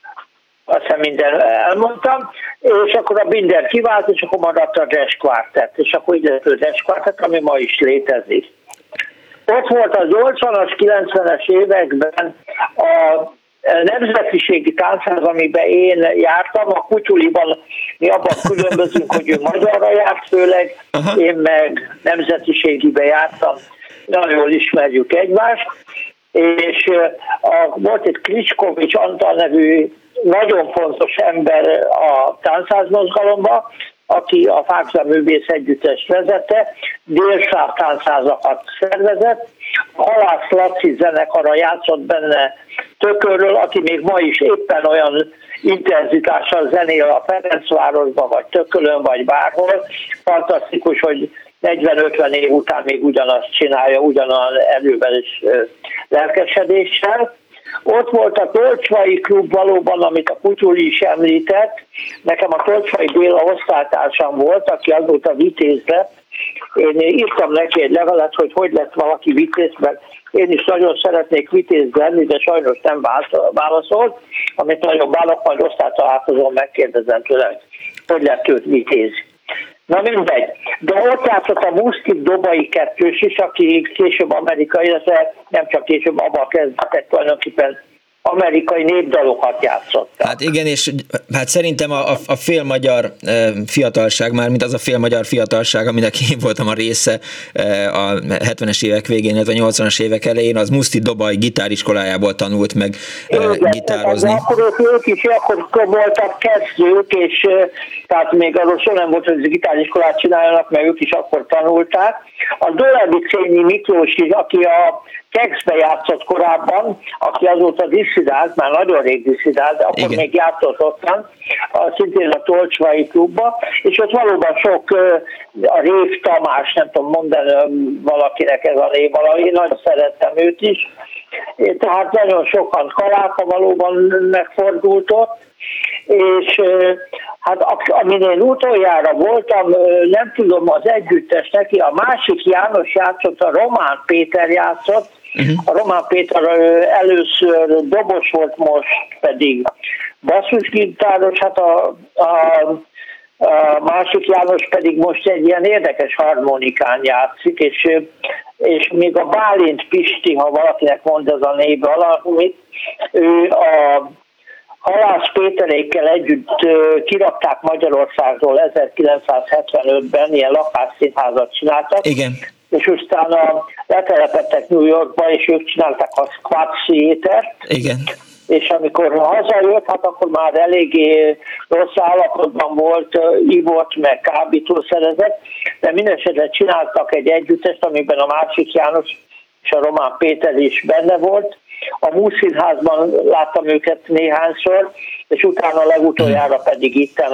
azt hiszem minden elmondtam, és akkor a Binder kivált, és akkor maradt a Jazz Quartet, és akkor így lett a Jazz Quartet, ami ma is létezik. Ott volt a 80-as, 90-es években a nemzetiségi táncház, amiben én jártam, a Kutyuliban mi abban különbözünk, hogy ő magyarra járt főleg, én meg nemzetiségibe jártam, nagyon jól ismerjük egymást, és volt egy Klicskovics Antal nevű nagyon fontos ember a táncház-mozgalomban, aki a Fákza Művész Együttest vezette, délszláv táncházakat szervezett. A Halász Laci zenekara játszott benne Tökörről, aki még ma is éppen olyan intenzitással zenél a Ferencvárosban, vagy Tökölön, vagy bárhol. Fantasztikus, hogy 40-50 év után még ugyanazt csinálja, ugyanolyan erővel és lelkesedéssel. Ott volt a Tolcsvai klub valóban, amit a Kutyuli is említett. Nekem a Tolcsvai Béla osztálytársam volt, aki azóta vitéz lett. Én írtam neki egy levelet, hogy lett valaki vitéz, mert én is nagyon szeretnék vitéz lenni, de sajnos nem válaszolt. Amit nagyon bánok, majd osztálytalálkozón megkérdezem tőle, hogy lett őt vitéz. Na mindegy. De ott játszott a Muszkit Dobai kettős is, aki később amerikai, illetve nem csak később, abban kezdtek tulajdonképpen amerikai népdalokat játszottak. Hát igen, és hát szerintem a félmagyar fiatalság, már mint az a félmagyar fiatalság, aminek én voltam a része a 70-es évek végén, illetve a 80-as évek elején, az Muszti Dobai gitáriskolájából tanult meg gitározni. De akkor ők is akkor voltak kezdők, és tehát még arról szó nem volt, hogy gitáriskolát csináljanak, mert ők is akkor tanulták. A Dolevi Cényi Miklós is, aki a Kexbe játszott korábban, aki azóta disszidált, már nagyon rég disszidált, de akkor igen, még játszott ottan, szintén a Tolcsvai klubba, és ott valóban sok, a Rév Tamás, nem tudom mondani valakinek ez a név, én nagyon szerettem őt is, tehát nagyon sokan Kaláka valóban megfordult ott, és hát amin én utoljára voltam, nem tudom, az együttes neki, a másik János játszott, a Román Péter játszott, a Román Péter először dobos volt, most pedig basszusgitáros, hát a másik János pedig most egy ilyen érdekes harmonikán játszik, és még a Bálint Pisti, ha valakinek mond ez a név valamit, ő a Halász Péterékkel együtt kirakták Magyarországról 1975-ben, ilyen lakásszínházat csináltak. Igen. És utána letelepettek New Yorkba, és ők csinálták a Squat Theater-t. Igen. És amikor hazajött, hát akkor már eléggé rossz állapotban volt, ivott, meg kábítószerezett, de mindenesetre csináltak egy együttest, amiben a másik János és a Román Péter is benne volt. A Múszínházban láttam őket néhányszor, és utána legutoljára pedig itten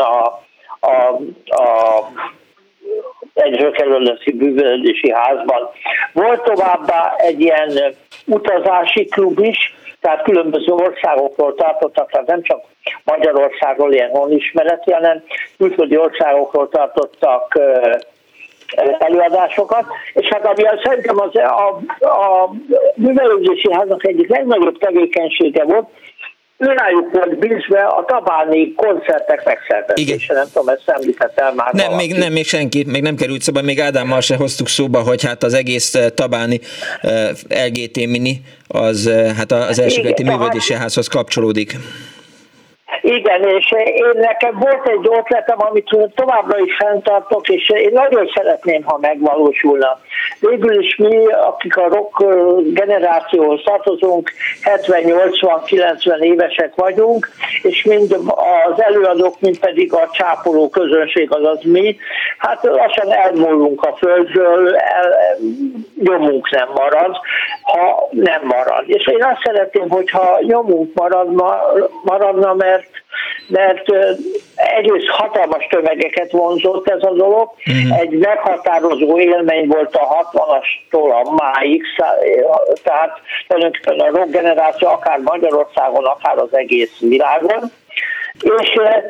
egy Zsökerölöszi bűvölődési házban. Volt továbbá egy ilyen utazási klub is, tehát különböző országokról tartottak, tehát nem csak Magyarországról ilyen honismereti, hanem külföldi országokról tartottak előadásokat, és hát ami szerintem a művelődési háznak egyik legnagyobb tevékenysége volt, őrájuk volt bízve a tabáni koncertek megszervezése. Nem tudom, ezt említettem már. Nem, még senki, még nem került szóba, még Ádámmal se hoztuk szóba, hogy hát az egész tabáni LGT mini, az hát az elsőkeleti művelődési házhoz kapcsolódik. Igen, és én nekem volt egy ötletem, amit továbbra is fenntartok, és én nagyon szeretném, ha megvalósulna. Végül is mi, akik a rock generációhoz tartozunk, 70-80-90 évesek vagyunk, és mind az előadók, mind pedig a csápoló közönség, azaz mi, hát lassan elmúlunk a földről, nyomunk nem marad, ha nem marad. És én azt szeretném, hogyha nyomunk maradna, mert egyrészt hatalmas tömegeket vonzott ez a dolog, egy meghatározó élmény volt a 60-astól a máig, tehát tulajdonképpen a rock generáció akár Magyarországon, akár az egész világon, és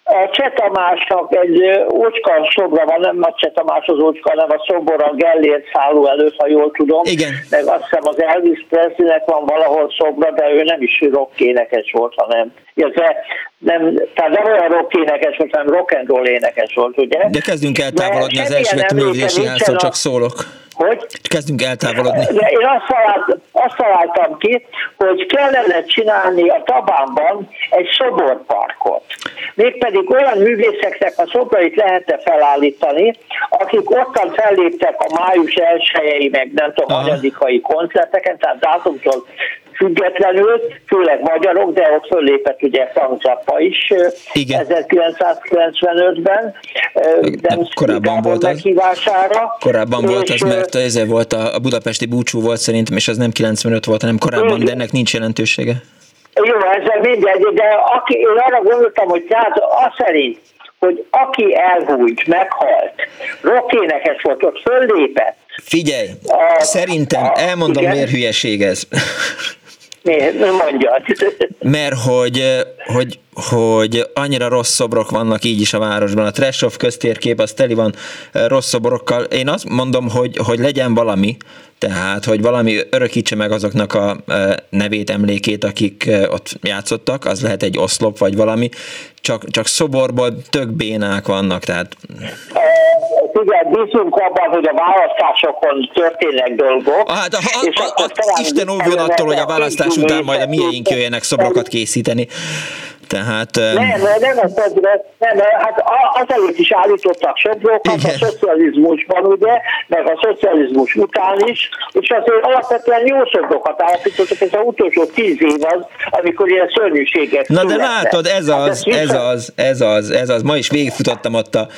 A Cseh Tamásnak egy ócska szobra van, nem a Cseh Tamás az ócska, hanem a szobor a Gellért szálló előtt, ha jól tudom. Igen. Meg azt hiszem az Elvis Presleynek van valahol szobra, de ő nem is rockénekes volt, hanem tehát nem olyan rockénekes volt, hanem rock and roll énekes volt, ugye? De kezdünk eltávolodni az első művelési háztól, csak szólok. Hogy? Kezdünk eltávolodni. De én azt találtam ki, hogy kellene csinálni a Tabánban egy szoborparkot. Mégpedig olyan művészeknek a szobrait lehetne felállítani, akik ottan felléptek a május 1-i, meg nem tudom, hanyadikai koncerteken, tehát dátumtól függetlenül, főleg magyarok, de ott föllépett ugye Frank Zappa is 1995-ben, korábban volt meghívásására. Korábban volt az, mert ezért volt a budapesti búcsú volt szerintem, és az nem 95 volt, hanem korábban, de ennek nincs jelentősége. Jó, ezzel mindegy, de én arra gondoltam, hogy tehát az szerint, hogy aki elhújt, meghalt, rockénekes volt, ott föllépett. Figyelj, szerintem elmondom, igen? Miért hülyeség ez. Miért? Mondjad. Mert hogy annyira rossz szobrok vannak így is a városban. A Treshov köztérkép az teli van rossz szobrokkal. Én azt mondom, hogy legyen valami, tehát, hogy valami örökítse meg azoknak a nevét, emlékét, akik ott játszottak, az lehet egy oszlop vagy valami, csak szoborból tök bénák vannak, tehát... Igen, bízunk abban, hogy a választásokon történnek dolgok. Isten óvjon attól, hogy a választás után majd a miénk jöjjenek szobrokat készíteni. Tehát... Nem, hát azelőtt is állítottak szobrokat, a szocializmusban, ugye, meg a szocializmus után is, és azért alapvetően jó szobrokat állítottak, ez az utolsó 10 év az, amikor ilyen szörnyűségek Na de látod, ez az. Ma is végigfutottam ott a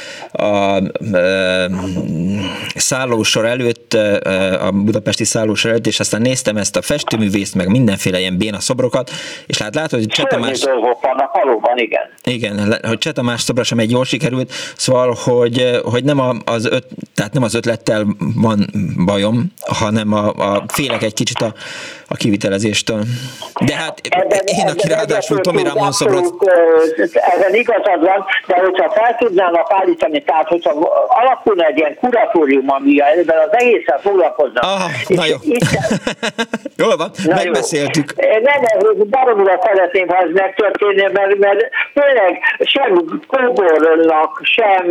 szállósor előtt, a budapesti szállósor előtt, és aztán néztem ezt a festőművészt, meg mindenféle ilyen béna szobrokat, és látod, hogy Cseh Tamás... Valóban, igen. Igen, hogy Cseh Tamás szobra sem egy jól sikerült, szóval, hogy nem az ötlettel van bajom, hanem félek egy kicsit a kivitelezéstől. De hát én, aki ráadásul Tomi Ramon szobrot... Ezen igazad van, de hogyha fel tudnának állítani, tehát hogyha alakulna egy ilyen kuratórium, ami ebben az egészen foglalkoznak. Na jó. Jól van, megbeszéltük. Nem, baromra szeretném, ha ez megtörténne, mert főleg sem Kóbornak, sem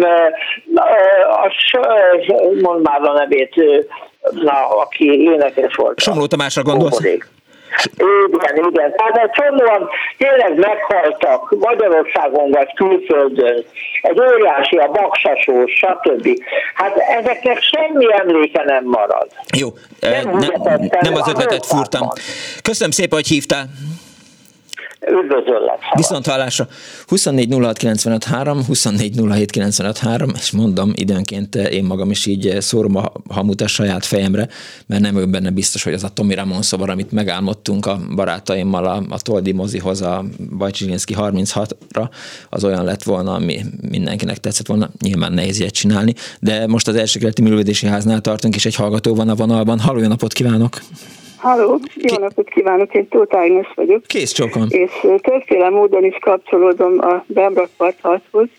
mondd már a nevét, aki énekes volt. Somló Tamásra gondolsz? Igen. Tehát csomóan tényleg meghaltak Magyarországon vagy külföldön. Egy óriási, a Baksasós, stb. Hát ezeknek semmi emléke nem marad. Jó, nem az ötletet fúrtam. Köszönöm szépen, hogy hívtál. Üdvözöllek. Viszont hallásra 24 06 95 3, 24 07 95 3, és mondom, időnként én magam is így szórom a hamut a saját fejemre, mert nem vagyok benne biztos, hogy az a Tomi Ramon szobor, amit megálmodtunk a barátaimmal a Toldi mozihoz, a Bajcsilinszky 36-ra, az olyan lett volna, ami mindenkinek tetszett volna. Nyilván nehéz ilyet csinálni, de most az első kerületi művelődési háznál tartunk, és egy hallgató van a vonalban. Halló, jó napot kívánok! Halló, jó napot kívánok, én Tóth Ágnes vagyok. Kész csókom. És többféle módon is kapcsolódom a Bemrakpart 6-hoz.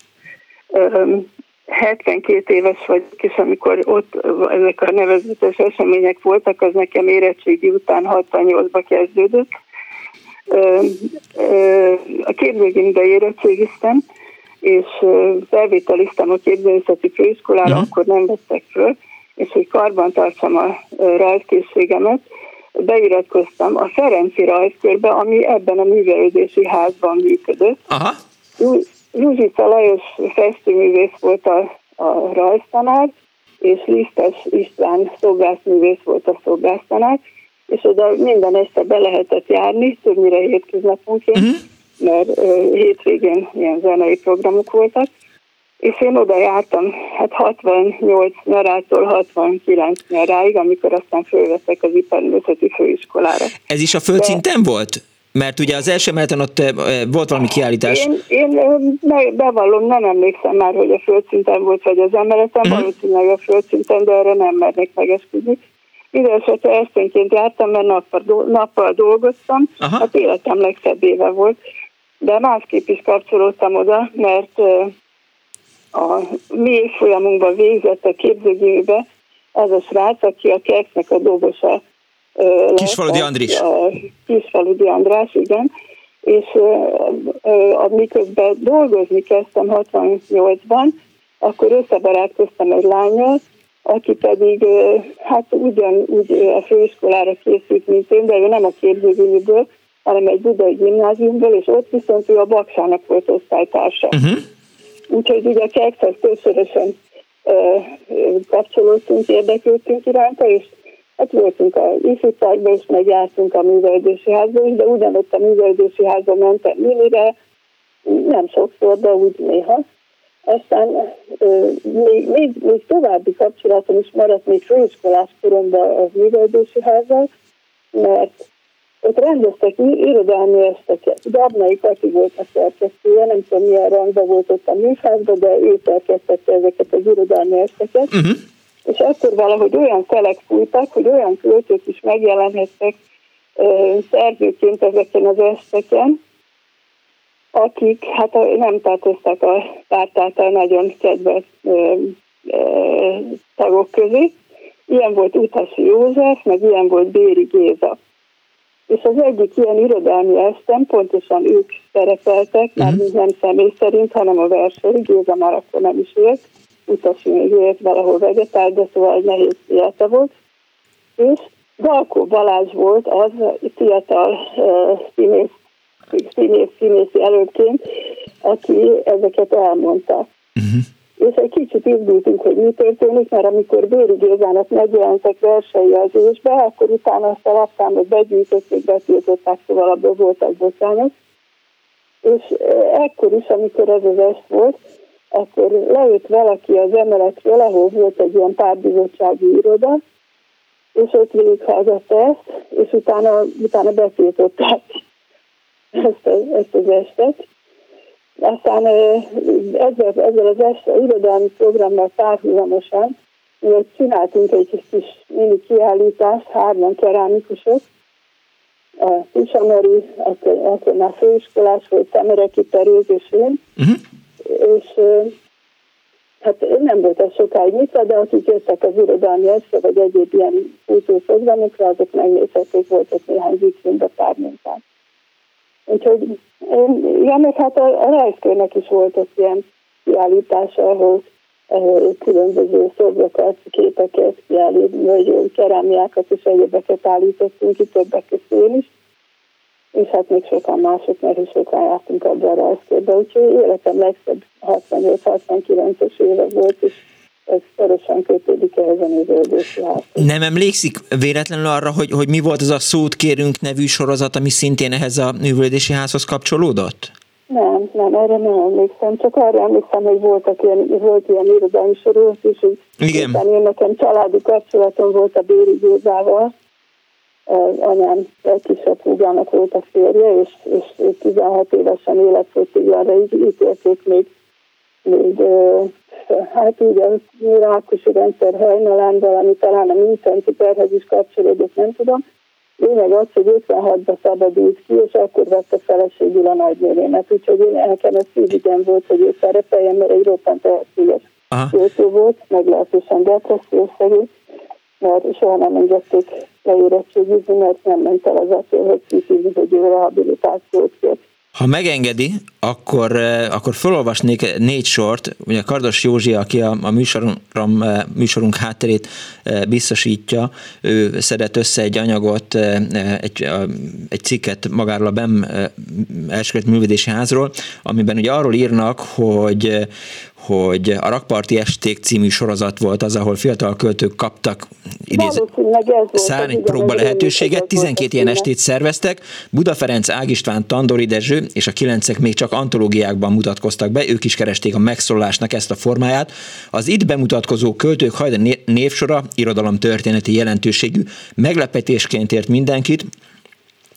72 éves vagyok, és amikor ott ezek a nevezetes események voltak, az nekem érettségi után 68-ba kezdődött. A képzőgimbe érettségiztem, és felvételiztem a képzőművészeti főiskolára, akkor nem vettek föl, és hogy karban tartsam a rajzkészségemet, beiratkoztam a Ferenci rajzkörbe, ami ebben a művelődési házban működött. Aha. Zsuzsica Lajos festőművész volt a rajztanár, és Lisztes István szobrászművész volt a szobrásztanár, és oda minden este be lehetett járni, többnyire hétköznaponként, mert hétvégén ilyen zenei programok voltak, és én oda jártam, hát 68 nyarától 69 nyaráig, amikor aztán fölvettek az iparművészeti főiskolára. Ez is a földszinten volt? Mert ugye az első emeleten ott volt valami kiállítás. Én bevallom, nem emlékszem már, hogy a földszinten volt, vagy az emeleten, valószínűleg a földszinten, de erre nem mernék megesküdni. Mindenesetre esténként jártam, mert nappal dolgoztam, hát életem legszebb éve volt. de másképp is kapcsolódtam oda, mert a mi évfolyamunkban végzett a képzőgimibe az a srác, aki a Kexnek a dobosa. Kisfaludy Andris. Kisfaludy András, igen. És miközben dolgozni kezdtem 68-ban, akkor összebarátkoztam egy lánnyal, aki pedig hát ugyanúgy a főiskolára készült, mint én, de ő nem a képzőgimiből, hanem egy budai gimnáziumból, és ott viszont ő a Baksának volt osztálytársa. Úgyhogy ugye a Kekszhez többszörösen kapcsolódtunk, érdeklődtünk iránta, és hát voltunk a ifjúságban is, meg jártunk a művelődési házba is, de ugyanott a művelődési házba mentem minire, nem sokszor, de úgy néha. Aztán még további kapcsolatom is maradt még főiskolás koromban a művelődési házzal, mert ott rendeztek irodalmi esteket. Dabnai Kati volt a szerkesztője, nem tudom milyen rangban volt ott a műházban, de ő szerkesztette ezeket az irodalmi esteket. És akkor valahogy olyan szelek fújtak, hogy olyan költők is megjelenhettek szerzőként ezeken az esteken, akik hát nem tartoztak a párt által nagyon kedvelt tagok közé. Ilyen volt Utasi József, meg ilyen volt Béri Géza. És az egyik ilyen irodalmi esten pontosan ők szerepeltek, már nem személy szerint, hanem a versei. Géza már akkor nem is élt, Utasi még élt, valahol vegetál, de szóval egy nehéz élete volt. És Galkó Balázs volt az fiatal színészi előttként, aki ezeket elmondta. És egy kicsit izgultunk, hogy mi történik, mert amikor Béri Gézának megjelentek versei az ésbe, akkor utána azt a lapszámot begyűjtötték, betiltották, szóval abból voltak bocsánat. És ekkor is, amikor ez az est volt, akkor leült valaki az emeletről, ahol volt egy ilyen pártbizottsági iroda, és ott végighallgatta ezt, és utána betiltották ezt az estet. Aztán ezzel az irodalmi programmal párhuzamosan mi csináltunk egy kis mini kiállítást, 3 kerámikusok, a Tisameri, akkor már főiskolás volt, Temereki Teréz és én, és hát nem volt ez sokáig nyitva, de akik jöttek az irodalmi este, vagy egyéb ilyen kultúrprogramokra, azok megnézhették, volt ott néhány vitrínbe pár munkát. Úgyhogy meg hát a rajzkörnek is volt ott ilyen kiállítása, ahol különböző szobrokat, képeket, vagy kerámiákat és egyébeket állítottunk ki, többek között én is. És hát még sokan mások, mert is sokan jártunk abban a rajzkörbe. Úgyhogy életem legszebb 68-69-es éve volt, és ez szorosan kötődik ehhez a művelődési házhoz. Nem emlékszik véletlenül arra, hogy mi volt az a Szót kérünk nevű sorozat, ami szintén ehhez a művelődési házhoz kapcsolódott? Nem, erre nem emlékszem. Csak arra emlékszem, hogy volt ilyen irodalmi sorozat is, hogy én nekem családi kapcsolatom volt a Béri Gézával. Anyám kisebb húgának volt a férje, és 16 évesen életfogytiglanra ítélték még hát úgy a rákosi rendszer hajnalán, valami talán a műtőntiterhez is kapcsolódott, nem tudom. Lényeg az, hogy 56-ban szabadult ki, és akkor vette feleségül a nagynénémet. Úgyhogy nekem ez szívügyem volt, hogy ő szerepeljen, mert egy roppant tehetséges költő volt, meglehetősen depressziószerű, mert soha nem engedték leérettségizni, mert nem ment el az attól, hogy szívügy, hogy ő rehabilitációt kért. Ha megengedi, akkor felolvasnék 4 sort. Ugye Kardos Józsi, aki a műsorunk hátterét biztosítja, ő szedett össze egy anyagot, egy cikket magáról a BEM elsőkört művelődési házról, amiben ugye arról írnak, hogy a Rakparti Esték című sorozat volt az, ahol fiatal költők kaptak szállni próba lehetőséget. 12 ilyen estét szerveztek. Buda Ferenc, Ág István, Tandori Dezső és a 9-ek még csak antológiákban mutatkoztak be, ők is keresték a megszólalásnak ezt a formáját. Az itt bemutatkozó költők hajda névsora irodalomtörténeti jelentőségű meglepetésként ért mindenkit,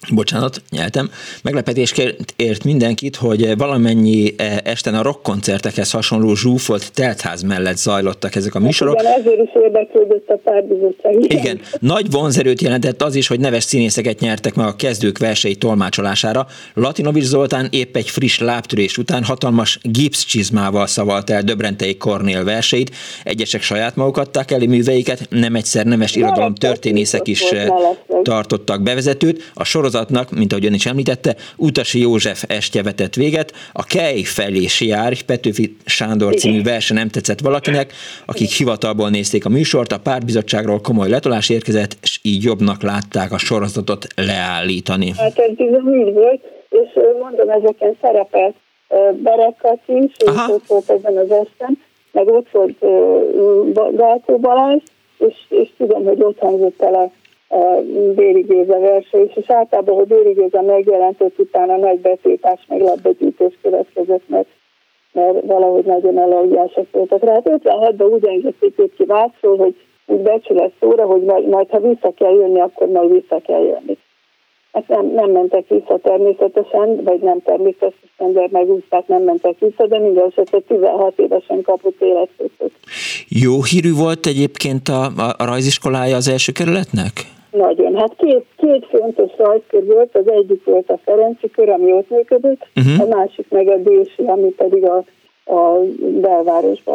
bocsánat, nyeltem. Meglepetésként ért mindenkit, hogy valamennyi esten a rockkoncertekhez hasonló zsúfolt teltház mellett zajlottak ezek a műsorok. Igen, ezért is érdeklődött a párbizottság. Igen, nagy vonzerőt jelentett az is, hogy neves színészeket nyertek meg a kezdők versei tolmácsolására. Latinovics Zoltán épp egy friss lábtörés után hatalmas gipszcsizmával szavalt el Döbrentei Kornél verseit. Egyesek saját maguk adták elő műveiket, nem egyszer neves irodalom történészek is tartottak bevezetőt. A sorozatnak, mint ahogy ön is említette, Utasi József estje vetett véget. A Kej felé jár, Petőfi Sándor című verse nem tetszett valakinek, akik hivatalból nézték a műsort, a pártbizottságról komoly letolás érkezett, és így jobbnak látták a sorozatot leállítani. Hát ez bizony így volt, és mondom, ezeken szerepelt Berekaci is, és ott volt ezen az esten, meg ott volt Galkó Balázs, és tudom, hogy ott hangzott el a Béri Géza verse is, és általában, hogy Béri Géza megjelentett, utána nagy betiltás, meg labdagyűjtés következett, mert valahogy nagyon elogiások voltak rá. Hát 56-ban úgy engedték őt ki Vácról, hogy úgy becsület szóra, hogy majd ha vissza kell jönni, akkor majd vissza kell jönni. Hát nem mentek vissza természetesen, vagy nem természetesen, de megúszták, nem mentek vissza, de minden esetre 16 évesen kapott életfogytot. Jó hírű volt egyébként a rajziskolája az első kerületnek? Nagyon. Hát két fontos rajzkör volt, az egyik volt a Ferenci kör, ami ott működött, a másik meg a Dési, ami pedig a belvárosban.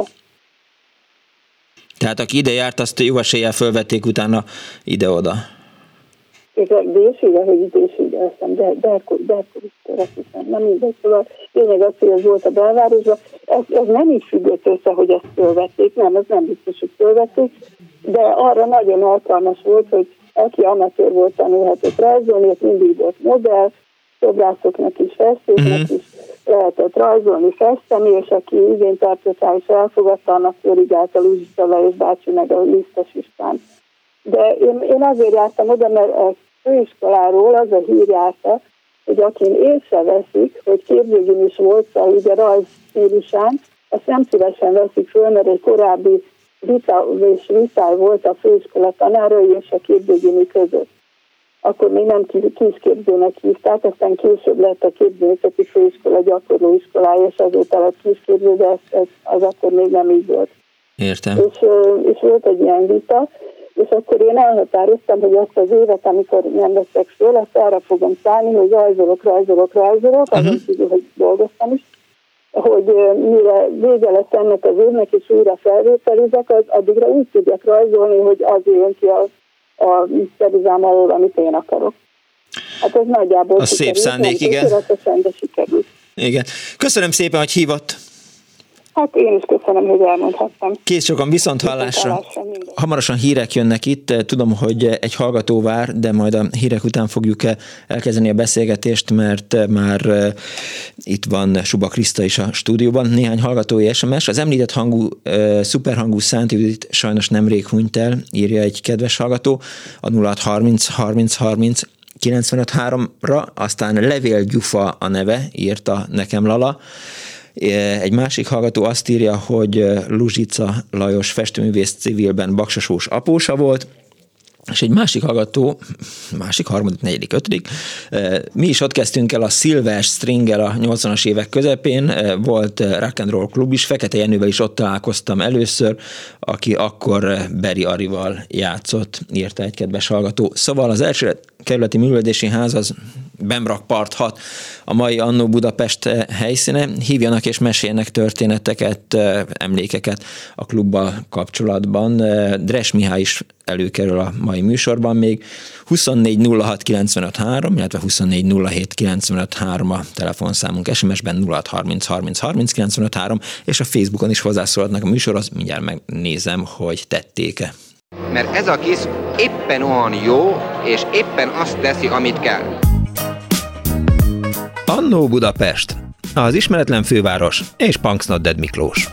Tehát aki ide járt, azt jó eséllyel fölvették utána ide-oda. És a Désibe, hogy Désibe, aztán Derkó is azt hiszem, nem mindegy, szóval lényeg az, hogy ez volt a belvárosban. Ez nem így függött össze, hogy ezt fölvették, nem, ez nem biztos, hogy fölvették, de arra nagyon alkalmas volt, hogy aki amatőr volt, tanulhatott rajzolni, és mindig volt modell, szobrászoknak is, festőknek is lehetett rajzolni, festeni, és aki igényt tartott rá és elfogadta, annak korrigált a Luzsica Lajos bácsi meg a Lisztes István. De én azért jártam oda, mert a főiskoláról az a hír járta, hogy akin észreveszik, hogy képzőgim is volt, szóval ugye rajz stílusán, azt nem szívesen veszik föl, mert egy korábbi vita és viszály volt a főiskola tanárai és a képzőgimi között. Akkor még nem kisképzőnek hívták, aztán később lett a képzőművészeti főiskola gyakorlóiskolája, és azóta lett kisképző, de az akkor még nem így volt. Értem. És volt egy ilyen vita, és akkor én elhatároztam, hogy azt az évet, amikor nem veszek föl, azt arra fogom szállni, hogy rajzolok, azon kívül, hogy dolgoztam is, hogy mire vége lesz ennek az évnek, és újra felvételizek, addigra úgy tudjak rajzolni, hogy az jön ki a szeruzám alól, amit én akarok. Hát ez nagyjából az szép szándék, igen. Igen. Köszönöm szépen, hogy hívott. Hát én is köszönöm, hogy elmondhattam. Kész sokan, viszont hallásra. Hamarosan hírek jönnek itt. Tudom, hogy egy hallgató vár, de majd a hírek után fogjuk elkezdeni a beszélgetést, mert már itt van Suba Kriszta is a stúdióban. Néhány hallgatói SMS. Az említett szuperhangú Szánt Judit sajnos nemrég hunyt el, írja egy kedves hallgató, a 0630 30 30 95-3-ra, aztán Levél Gyufa a neve, írta nekem Lala. Egy másik hallgató azt írja, hogy Luzsica Lajos festőművész civilben baksasós apósa volt, és egy másik hallgató, harmadik, negyedik, ötödik, mi is ott kezdtünk el a Silver Stringgel a 80-as évek közepén, volt rock and roll klub is, Fekete Jenővel is ott találkoztam először, aki akkor Beri Arival játszott, írta egy kedves hallgató. Szóval az első kerületi művelődési ház az Bemrakpart 6, a mai Annó Budapest helyszíne. Hívjanak és meséljenek történeteket, emlékeket a klubbal kapcsolatban. Dres Mihály is előkerül a mai műsorban még. 24 06 95 3, illetve 24 07 95 3 a telefonszámunk, SMS-ben 06 30 30 30 95 3, és a Facebookon is hozzászólhatnak a műsorhoz, mindjárt megnézem, hogy tették-e. Mert ez a kis éppen olyan jó, és éppen azt teszi, amit kell. Annó Budapest, az ismeretlen főváros és Punksnodded Miklós.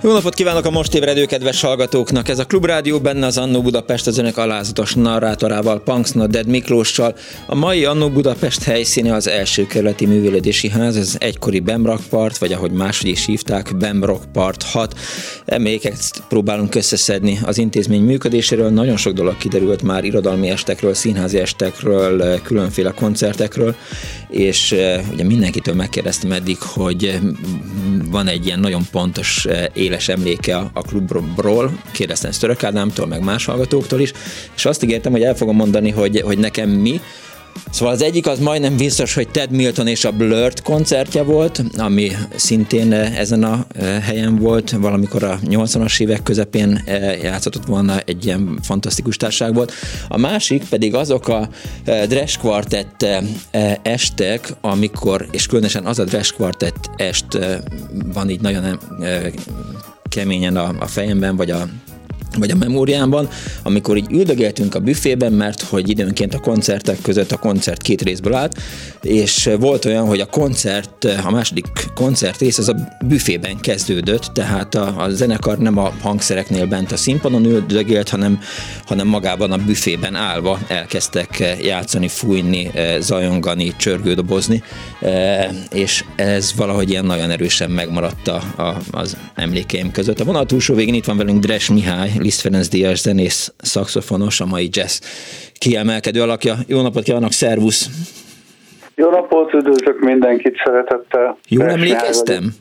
Jó napot kívánok a most ébredő kedves hallgatóknak! Ez a Klubrádió, benne az Annó Budapest az önök alázatos narrátorával, Punks Not Dead Miklóssal. A mai Annó Budapest helyszíne az első kerületi művelődési ház, ez egykori Bemrakpart, vagy ahogy máshogy is hívták, Bemrakpart 6. Emléket próbálunk összeszedni az intézmény működéséről. Nagyon sok dolog kiderült már irodalmi estekről, színházi estekről, különféle koncertekről, és ugye mindenkitől megkérdeztem eddig, hogy van egy ilyen nagyon pontos éles emléke a klubról, kérdeztem ezt Török Ádámtól, meg más hallgatóktól is, és azt ígértem, hogy el fogom mondani, hogy nekem mi. Szóval az egyik az majdnem biztos, hogy Ted Milton és a Blurt koncertje volt, ami szintén ezen a helyen volt, valamikor a 80-as évek közepén játszott volna, egy ilyen fantasztikus társaság volt. A másik pedig azok a Dresd Quartett estek, amikor, és különösen az a Dresd Quartett est van így nagyon keményen a fejemben, vagy a memóriámban, amikor így üldögéltünk a büfében, mert hogy időnként a koncertek között a koncert két részből állt, és volt olyan, hogy a második koncertrész az a büfében kezdődött, tehát a zenekar nem a hangszereknél bent a színpadon üldögélt, hanem magában a büfében állva elkezdtek játszani, fújni, zajongani, csörgődobozni, és ez valahogy ilyen nagyon erősen megmaradt az emlékeim között. A vonal túlsó végén itt van velünk Dres Mihály, Liszt Ferenc díjas zenész, szaxofonos, a mai jazz kiemelkedő alakja. Jó napot kívánok, szervusz! Jó napot, üdvözlök mindenkit szeretettel. Jól emlékeztem?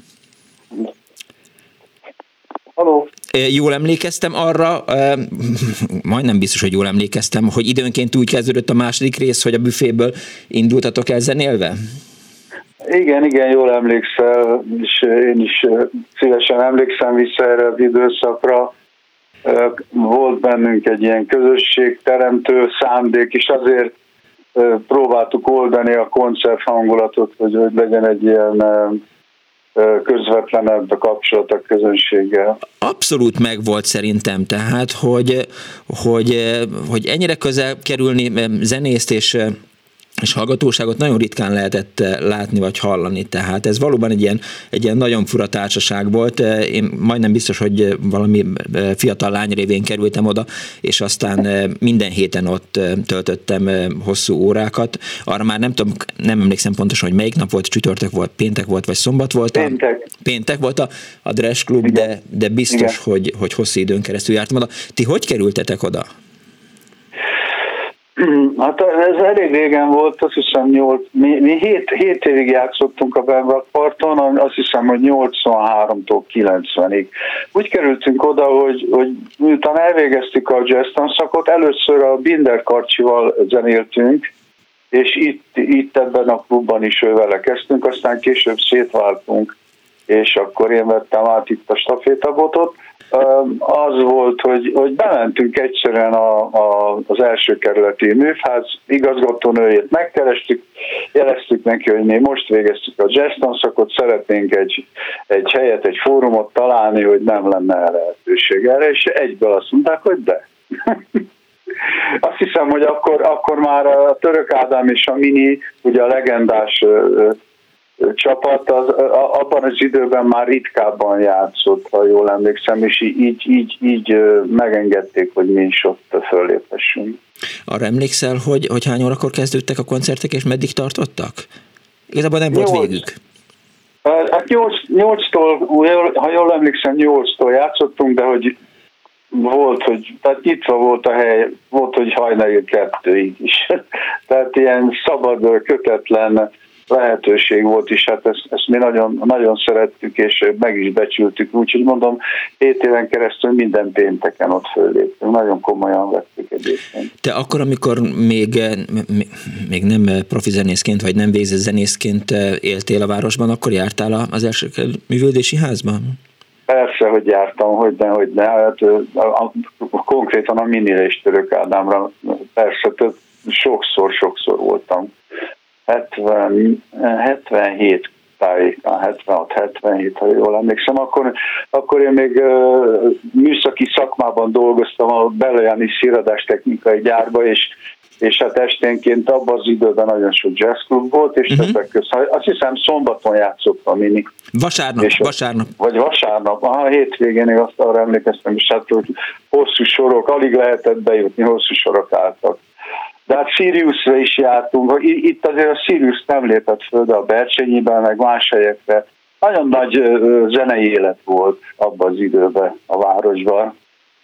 Halló? Jól emlékeztem arra, majdnem biztos, hogy jól emlékeztem, hogy időnként úgy kezdődött a második rész, hogy a büféből indultatok el zenélve? Igen, jól emlékszel, és én is szívesen emlékszem vissza erre az időszakra. Volt bennünk egy ilyen közösségteremtő szándék, és azért próbáltuk oldani a koncert hangulatot, hogy legyen egy ilyen közvetlenebb a kapcsolat a közönséggel. Abszolút megvolt szerintem, tehát, hogy ennyire közel kerülni zenészt és hallgatóságot nagyon ritkán lehetett látni vagy hallani, tehát ez valóban egy ilyen nagyon fura társaság volt. Én majdnem biztos, hogy valami fiatal lány révén kerültem oda, és aztán minden héten ott töltöttem hosszú órákat. Arra már nem emlékszem pontosan, hogy melyik nap volt, csütörtök volt, péntek volt, vagy szombat volt. Péntek volt a Dresd Klub, de biztos, hogy hosszú időn keresztül jártam oda. Ti hogy kerültetek oda? Hát ez elég régen volt, azt hiszem mi 7 évig játszottunk a Bemrakparton, azt hiszem, hogy 83-tól 90-ig. Úgy kerültünk oda, hogy miután elvégeztük a jazz tanszakot, először a Binder Karcsival zenéltünk, és itt ebben a klubban is vele kezdtünk, aztán később szétváltunk, és akkor én vettem át itt a stafétabotot. Az volt, hogy bementünk egyszerűen az első kerületi műfáz igazgatónőjét megkerestük, jeleztük neki, hogy mi most végeztük a jazz tanszakot, szeretnénk egy helyet, egy fórumot találni, hogy nem lenne lehetőség erre, és egyből azt mondták, hogy de. Azt hiszem, hogy akkor már a Török Ádám és a Mini, ugye a legendás csapat abban az időben már ritkábban játszott, ha jól emlékszem, és így megengedték, hogy mi is ott föllépessünk. Arra emlékszel, hogy hány órakor kezdődtek a koncertek, és meddig tartottak? Igazából nem volt végük. Hát 8-tól, ha jól emlékszem, 8-tól játszottunk, de hogy volt, hogy tehát nyitva volt a hely, volt, hogy hajnali 2-ig is. Tehát ilyen szabad, kötetlen lehetőség volt is, hát ezt mi nagyon, nagyon szerettük, és meg is becsültük, úgyhogy mondom, 7 éven keresztül minden pénteken ott fölléptünk, nagyon komolyan vettük egyébként. Te akkor, amikor még nem profi zenészként, vagy nem végzett zenészként éltél a városban, akkor jártál az első művelődési házban? Persze, hogy jártam, hogyne. Hát, konkrétan a Minire és Török Ádámra persze, sokszor voltam. 77 tájékán, 76-77, ha jól emlékszem, akkor én még műszaki szakmában dolgoztam a Belojani Sziradástechnikai gyárba, és és hát esténként abban az időben nagyon sok jazzklub volt, és többek között, azt hiszem szombaton játszott a Mini. Vasárnap. Vagy vasárnap, hétvégén én azt arra emlékeztem, és hát hogy hosszú sorok, alig lehetett bejutni, hosszú sorok álltak. De hát Siriusra is jártunk, itt azért a Sirius nem lépett föl, de a Bercsényiben, meg más helyekre nagyon nagy zenei élet volt abban az időben a városban.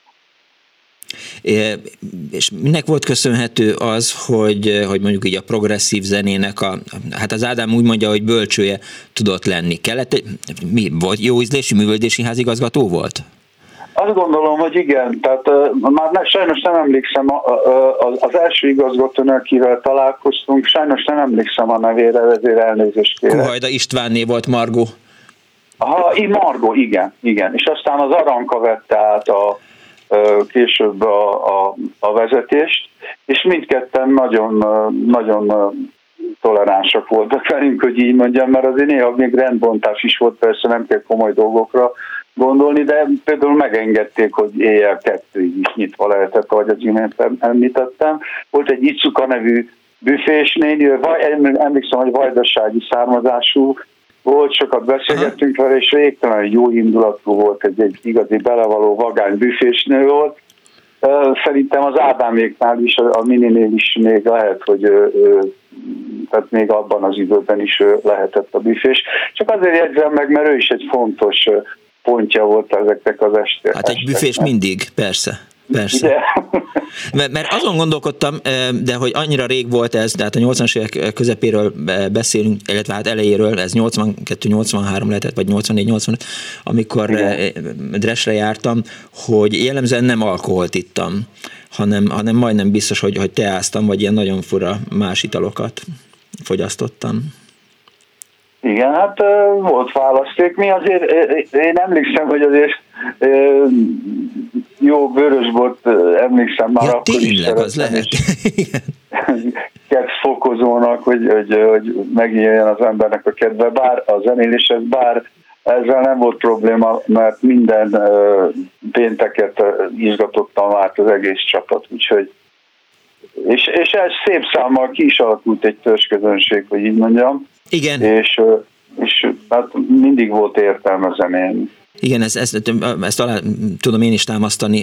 És minek volt köszönhető az, hogy mondjuk így a progresszív zenének hát az Ádám úgy mondja, hogy bölcsője tudott lenni. Mi volt? Jó ízlésű művelődési házigazgató volt? Azt gondolom, hogy igen, tehát már sajnos nem emlékszem az első igazgatónál, akivel találkoztunk, sajnos nem emlékszem a nevére, ezért elnézést kérek. Kuhajda Istvánné volt Margó. Margó, igen. És aztán az Aranka vette át később a vezetést, és mindketten nagyon toleránsak voltak velünk, hogy így mondjam, mert azért néha még rendbontás is volt, persze nem kell komoly dolgokra gondolni, de például megengedték, hogy éjjel 2-ig is nyitva lehetett, ahogy az imént említettem. Volt egy Icuka nevű büfés néni, emlékszem, hogy vajdasági származású volt, sokat beszélgettünk vele, és végtelen jó indulatú volt, egy igazi belevaló vagány büfésnő volt. Szerintem az Ádáméknál is, a Mininél is még lehet, hogy tehát még abban az időben is lehetett a büfés. Csak azért jegyzem meg, mert ő is egy fontos pontja volt ezeknek az estek. Hát egy büfés mindig, persze. Mert azon gondolkodtam, de hogy annyira rég volt ez, tehát a 80-as évek közepéről beszélünk, illetve hát elejéről, ez 82-83 lehetett, vagy 84-85, amikor Dresre jártam, hogy jellemzően nem alkoholt ittam, hanem majdnem biztos, hogy teáztam, vagy ilyen nagyon fura más italokat fogyasztottam. Igen, hát volt választék. Mi azért, én emlékszem, hogy azért jó vörösbort emlékszem már akkor tényleg, is. Az lehet. Kedvfokozónak, hogy megjöjjön az embernek a kedve, bár a zenéléshez, bár ezzel nem volt probléma, mert minden pénteket izgatottan várt az egész csapat, úgyhogy és ez szép számmal ki is alakult egy törzsközönség, hogy így mondjam. Igen. És hát mindig volt értelme zenélni. Igen, ezt talán tudom én is támasztani,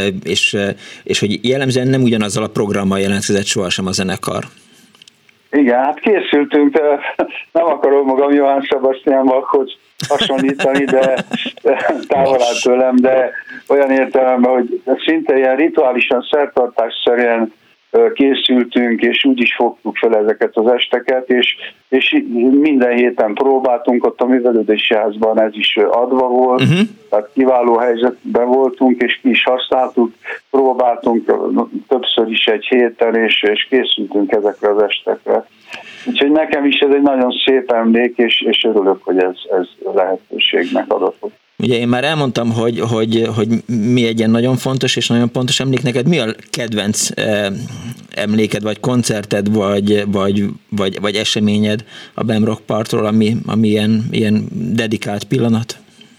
és hogy jellemzően nem ugyanazzal a programmal jelentkezett sohasem a zenekar. Igen, hát készültünk, nem akarom magam Johann Sebastian Bachhoz hasonlítani, de távol áll tőlem, de olyan értelemben, hogy szinte ilyen rituálisan, szertartásszerűen készültünk, és úgy is fogtuk fel ezeket az esteket, és minden héten próbáltunk, ott a művelődési házban ez is adva volt, tehát kiváló helyzetben voltunk, és ki is használtuk, próbáltunk többször is egy héten, és készültünk ezekre az estekre. Úgyhogy nekem is ez egy nagyon szép emlék, és örülök, hogy ez lehetőségnek adatott. Ugye én már elmondtam, hogy mi egy ilyen nagyon fontos és nagyon pontos emlék. Neked mi a kedvenc emléked, vagy koncerted, vagy eseményed a BEM Rock Partról, ami ilyen dedikált pillanat?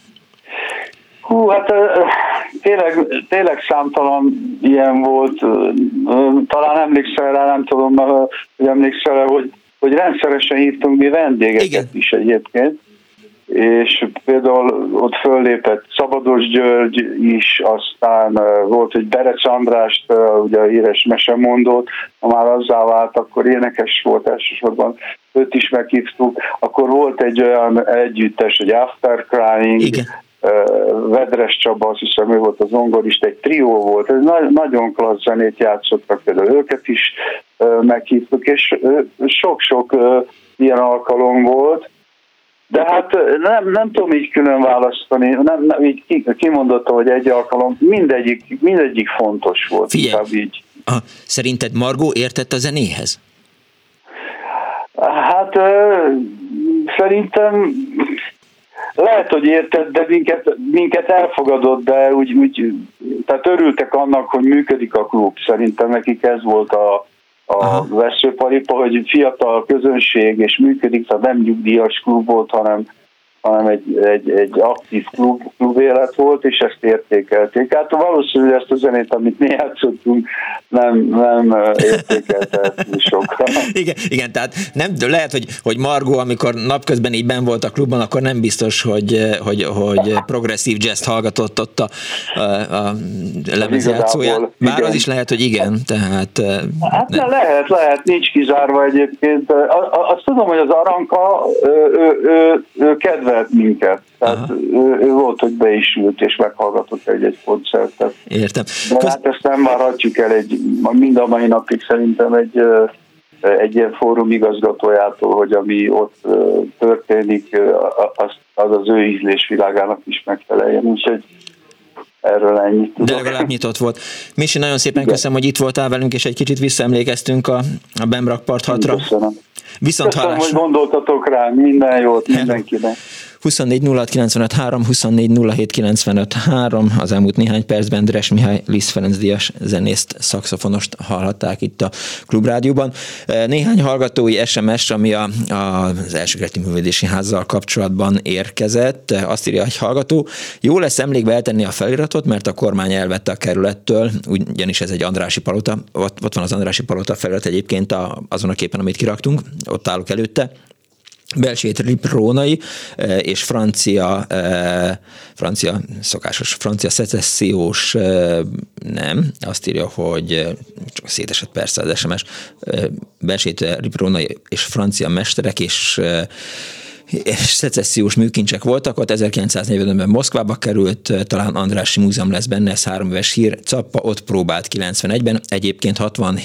Hú, hát tényleg számtalan ilyen volt. Talán emlékszel rá, nem tudom, hogy emlékszel rá, hogy rendszeresen hívtunk mi vendégeket. Igen. Is egyébként. És például ott föllépett Szabados György is, aztán volt, hogy Berec Andrást, ugye a híres mesemondót, ha már azzá vált, akkor énekes volt elsősorban, őt is meghívtuk. Akkor volt egy olyan együttes, hogy After Crying, igen. Vedres Csaba, azt hiszem ő volt az zongorista, egy trió volt, ez nagyon klassz zenét játszottak, például őket is meghívtuk, és sok-sok ilyen alkalom volt. De hát nem tudom így külön választani, nem így kimondottam, hogy egy alkalom, mindegyik fontos volt. Figyelj, így. Szerinted Margó értett a zenéhez? Hát szerintem lehet, hogy értett, de minket elfogadott, de úgy, tehát örültek annak, hogy működik a klub. Szerintem nekik ez volt a veszőparipa, hogy fiatal közönség, és működik, tehát nem nyugdíjas klub volt, hanem hanem egy aktív klub élet volt, és ezt értékelték. Hát valószínűleg ezt a zenét, amit mi játszottunk, nem értékelte sokan. Igen, tehát nem, lehet, hogy Margó, amikor napközben így benn volt a klubban, akkor nem biztos, hogy progresszív jazz hallgatott ott a lemezjátszóján. Bár az is lehet, hogy igen. Tehát, hát lehet, nincs kizárva egyébként. Azt tudom, hogy az Aranka ő kedvelt minket. Tehát ő volt, hogy be is ült és meghallgatott egy koncertet. Értem. De hát ezt nem várhatjuk el mind a mai napig szerintem egy ilyen fórum igazgatójától, hogy ami ott történik, az ő ízlésvilágának is megfeleljen. Úgyhogy erről ennyit tudok. De legalább nyitott volt. Misi, nagyon szépen köszönöm, hogy itt voltál velünk, és egy kicsit visszaemlékeztünk a BEM Rakpart 6-ra. Köszönöm. Viszont köszönöm, hogy gondoltatok rám. Minden jót mindenkinek. 24 06 95 3, 24 07 95 3. Az elmúlt néhány percben Dres Mihály Liszt Ferenc díjas zenészt, szaxofonost hallhatták itt a Klubrádióban. Néhány hallgatói SMS, ami az Elsőkerületi Művelődési Házzal kapcsolatban érkezett. Azt írja egy hallgató: jó lesz emlékbe eltenni a feliratot, mert a kormány elvette a kerülettől, ugyanis ez egy Andrássy palota. Ott van az Andrássy palota felirat egyébként azon a képen, amit kiraktunk. Ott állok előtte. Belsét Riprónai és francia szecessziós, nem, azt írja, hogy csak szétesett persze az SMS, Belsét Riprónai és francia mesterek és szecessziós műkincsek voltak, ott 1945-ben Moszkvába került, talán Andrássy Múzeum lesz benne, ez 3 éves hír. Cappa ott próbált 91-ben, egyébként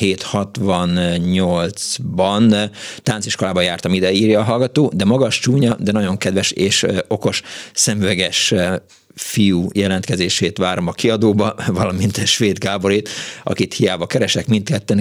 67-68-ban tánciskolába jártam, ide írja a hallgató, de magas, csúnya, de nagyon kedves és okos, szemüveges fiú jelentkezését várom a kiadóba, valamint Svéd Gáborét, akit hiába keresek, mindketten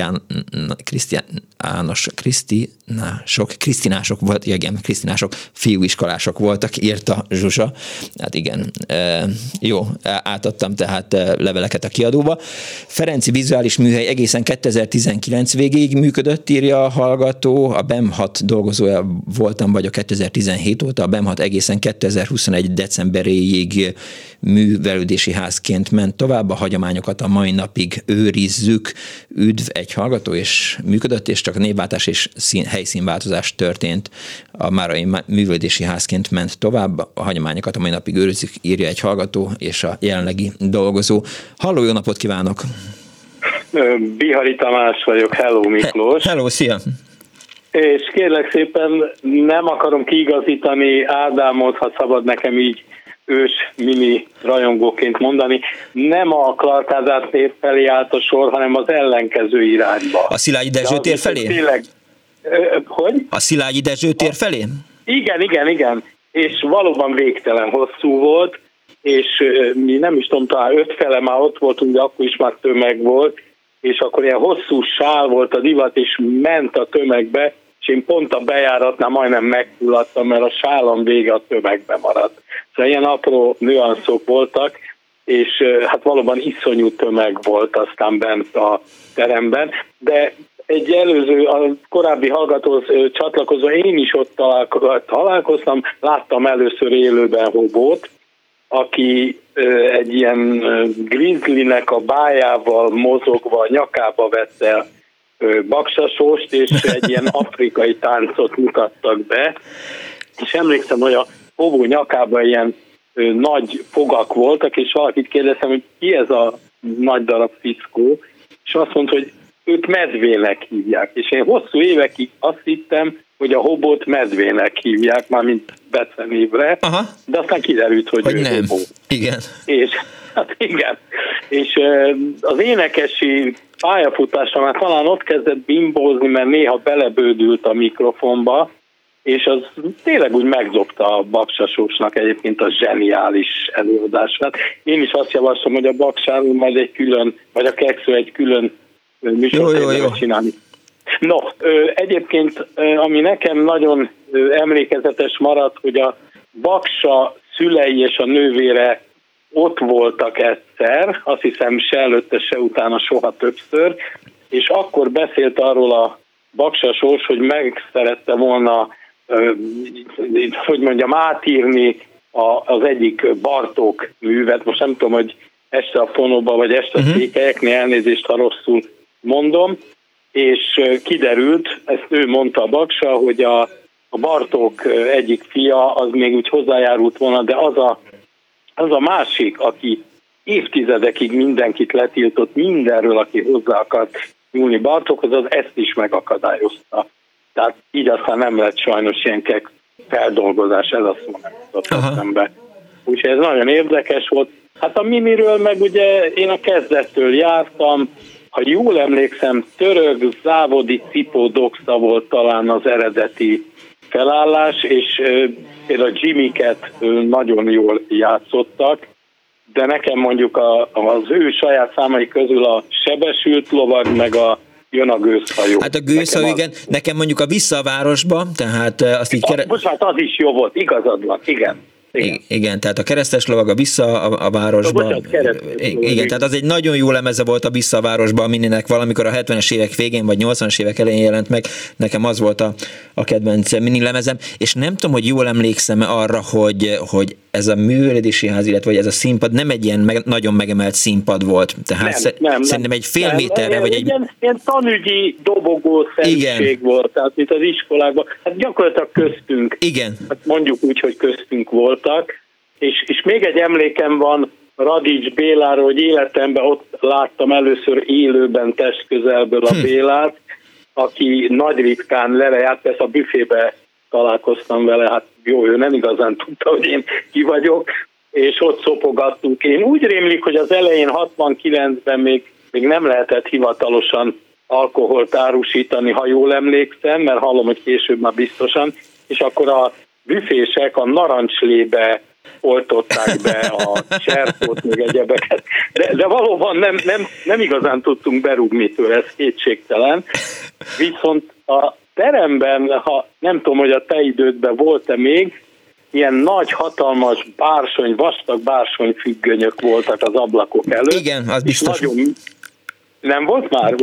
krisztinások, fiúiskolások voltak, írta Zsuzsa. Hát igen, jó, átadtam tehát leveleket a kiadóba. Ferenci Vizuális Műhely egészen 2019 végéig működött, írja a hallgató. A BEM 6 dolgozója voltam, vagyok 2017 óta, a BEM 6 egészen 2021 decemberéig művelődési házként ment tovább, a hagyományokat a mai napig őrizzük. Üdv, egy hallgató, és működött, és csak a névváltás és helyszínváltozás történt. A márai művelődési házként ment tovább, a hagyományokat a mai napig őrizzük, írja egy hallgató, és a jelenlegi dolgozó. Halló, jó napot kívánok! Bihari Tamás vagyok, hello Miklós! Hello, szia! És kérlek szépen, nem akarom kiigazítani Ádámot, ha szabad nekem így ős mini rajongóként mondani, nem a Clark Ázár tér felé állt a sor, hanem az ellenkező irányba. A Szilágyi Dezső tér felé? Tényleg, hogy? A Szilágyi Dezső tér felé? Igen. És valóban végtelen hosszú volt, és mi nem is tudom, talán 5 fele már ott voltunk, de akkor is már tömeg volt, és akkor ilyen hosszú sál volt a divat, és ment a tömegbe, és én pont a bejáratnál majdnem megfulladtam, mert a sálam vége a tömegbe maradt. Szóval ilyen apró nüanszok voltak, és hát valóban iszonyú tömeg volt aztán bent a teremben, de egy a korábbi hallgatóhoz csatlakozva én is ott találkoztam, láttam először élőben Hobót, aki egy ilyen grizzlynek a bájával mozogva a nyakába vette baksasóst, és egy ilyen afrikai táncot mutattak be, és emlékszem, hogy a Hobó nyakában ilyen nagy fogak voltak, és valakit kérdeztem, hogy ki ez a nagy darab fickó, és azt mondta, hogy őt medvének hívják, és én hosszú évekig azt hittem, hogy a Hobót medvének hívják, már mint becenévre, de aztán kiderült, hogy ő nem. Hobó. Igen. És hát igen, és az énekesi pályafutása már talán ott kezdett bimbózni, mert néha belebődült a mikrofonba, és az tényleg úgy megdobta a Baksasósnak egyébként a zseniális előadását. Én is azt javaslom, hogy a Baksáról majd egy külön, vagy a Keksző egy külön műsort csinálni. No, egyébként, ami nekem nagyon emlékezetes maradt, hogy a Baksa szülei és a nővére ott voltak egyszer, azt hiszem se előtte, se utána soha többször, és akkor beszélt arról a Baksasós, hogy meg szerette volna hogy mondjam, átírni az egyik Bartók művet, most nem tudom, hogy este a Fonóba, vagy este a Székelyeknél, elnézést, ha rosszul mondom, és kiderült, ezt ő mondta a Baksa, hogy a Bartók egyik fia, az még úgy hozzájárult volna, de az a másik, aki évtizedekig mindenkit letiltott mindenről, aki hozzá akart nyúlni Bartókhoz, az ezt is megakadályozta. Tehát így aztán nem lett sajnos ilyen feldolgozás, ez azt mondta szembe. Úgyhogy ez nagyon érdekes volt. Hát a Miniről meg ugye én a kezdettől jártam, ha jól emlékszem, török, závodi, cipó, doxa volt talán az eredeti felállás, és például Jimmy-ket nagyon jól játszottak, de nekem mondjuk az ő saját számai közül a Sebesült lovag, meg a Jön a gőzhajó. Hát a gőzhajó, igen, nekem mondjuk a Vissza a városba, tehát azt így... Bocsánat, az is jó volt, igazad van, igen. Igen, tehát a Keresztes lovag, a Vissza a városba. Igen, tehát az egy nagyon jó lemeze volt a Vissza a városba, a Mininek valamikor a 70-es évek végén, vagy 80-as évek elején jelent meg. Nekem az volt a kedvenc Mini lemezem, és nem tudom, hogy jól emlékszem arra, hogy ez a művelődési ház, illetve ez a színpad nem egy ilyen nagyon megemelt színpad volt. Tehát szerintem egy fél méterre, vagy egy... Ilyen tanügyi dobogószerűség volt, tehát mint az iskolában. Hát gyakorlatilag köztünk. Igen. Hát mondjuk úgy, hogy köztünk voltak. És még egy emlékem van Radics Béláról, hogy életemben ott láttam először élőben testközelből a Bélát, aki nagy ritkán lelejárt, persze a büfébe találkoztam vele, hát jó, ő nem igazán tudta, hogy én ki vagyok, és ott szopogattunk. Én úgy rémlik, hogy az elején 69-ben még nem lehetett hivatalosan alkoholt árusítani, ha jól emlékszem, mert hallom, hogy később már biztosan, és akkor a büfések a narancslébe oltották be a csertót, még egyebeket. De valóban nem igazán tudtunk berúgni tőle, ez kétségtelen. Viszont a teremben, ha nem tudom, hogy a te idődben volt-e még, ilyen nagy, hatalmas vastag bársonyfüggönyök voltak az ablakok előtt. Igen, az biztos. Nem volt már?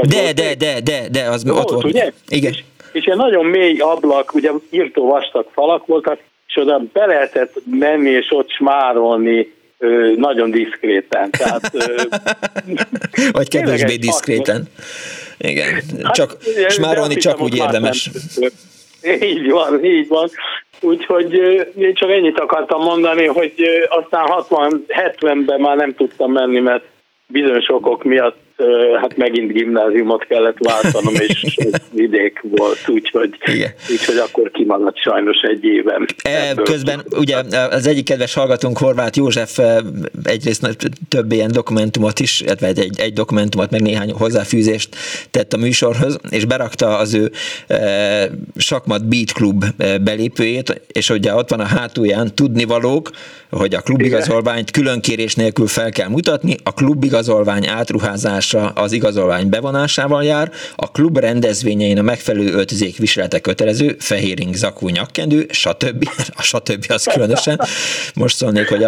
De, az ott volt. Ugye? Igen. És egy nagyon mély ablak, ugye írtó vastag falak voltak, és oda be lehetett menni, és ott smárolni nagyon diszkréten. Tehát, vagy kevésbé diszkréten. Igen, csak smárolni csak úgy érdemes. Így van. Úgyhogy én csak ennyit akartam mondani, hogy aztán 70-ben már nem tudtam menni, mert bizonyos okok miatt hát megint gimnáziumot kellett váltanom, és vidék volt, úgyhogy akkor kimaradt sajnos egy éven. Közben ugye az egyik kedves hallgatónk, Horváth József egyrészt több ilyen dokumentumot is, illetve egy dokumentumot, meg néhány hozzáfűzést tett a műsorhoz, és berakta az ő Sakmat Beat Club belépőjét, és ugye ott van a hátulján tudnivalók, hogy a klubigazolványt különkérés nélkül fel kell mutatni, a klubigazolvány átruházása az igazolvány bevonásával jár, a klub rendezvényein a megfelelő öltözék viselete kötelező, fehéring, zakó, nyakkendő, stb. A stb. Az különösen. Most szólnék, hogy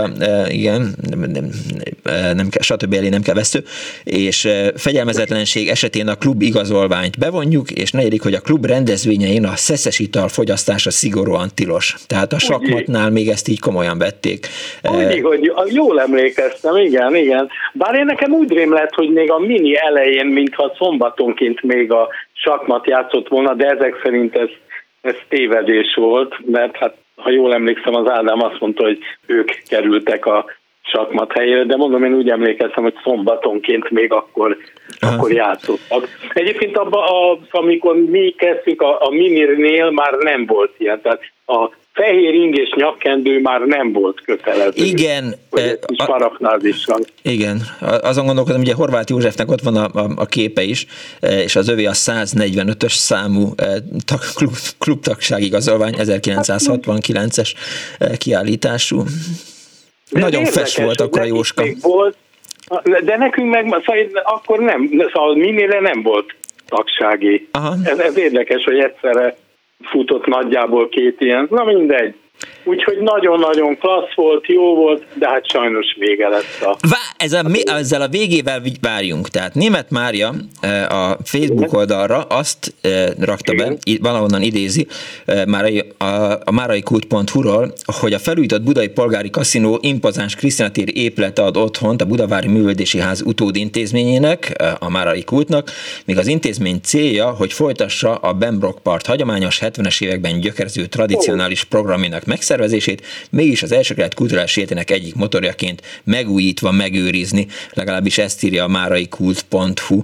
nem kell, stb. Elé nem kell vesztő, és fegyelmezetlenség esetén a klub igazolványt bevonjuk, és negyedik, hogy a klub rendezvényein a szeszes ital fogyasztása szigorúan tilos. Tehát a sakmatnál még ezt így komolyan vették. Hogy jól emlékeztem, igen. Bár én nekem úgy rémlett, hogy még a Mini elején, mintha szombatonként még a sakmat játszott volna, de ezek szerint ez tévedés volt, mert hát ha jól emlékszem, az Ádám azt mondta, hogy ők kerültek a sakmat helyére, de mondom, én úgy emlékeztem, hogy szombatonként még akkor játszottak. Egyébként amikor mi kezdtük, a Mininél már nem volt ilyen, tehát a fehér ing és nyakkendő már nem volt kötelező. Igen. Igen. Azon gondolkodom, ugye Horváth Józsefnek ott van a képe is, és az övé a 145-ös számú klubtagsági igazolvány, 1969-es kiállítású. Nagyon fes volt akkor a Jóska. De nekünk meg akkor nem, szóval Minire nem volt tagsági. Ez érdekes, hogy egyszerre futott nagyjából két ilyen, na mindegy. Úgyhogy nagyon-nagyon klassz volt, jó volt, de hát sajnos vége lett ezzel a végével várjunk. Tehát Németh Mária a Facebook oldalra azt rakta be, valahonnan idézi a máraikult.hu-ról, hogy a felújított budai polgári kaszinó impozáns Krisztina tér épülete ad otthont a Budavári Művelődési Ház utódintézményének, a Márai Kultnak, míg az intézmény célja, hogy folytassa a Bemrock-part hagyományos 70-es években gyökerező tradicionális programjának megszervezését, mégis az első kelet kulturális életének egyik motorjaként megújítva megőrizni, legalábbis ezt írja a máraikult.hu.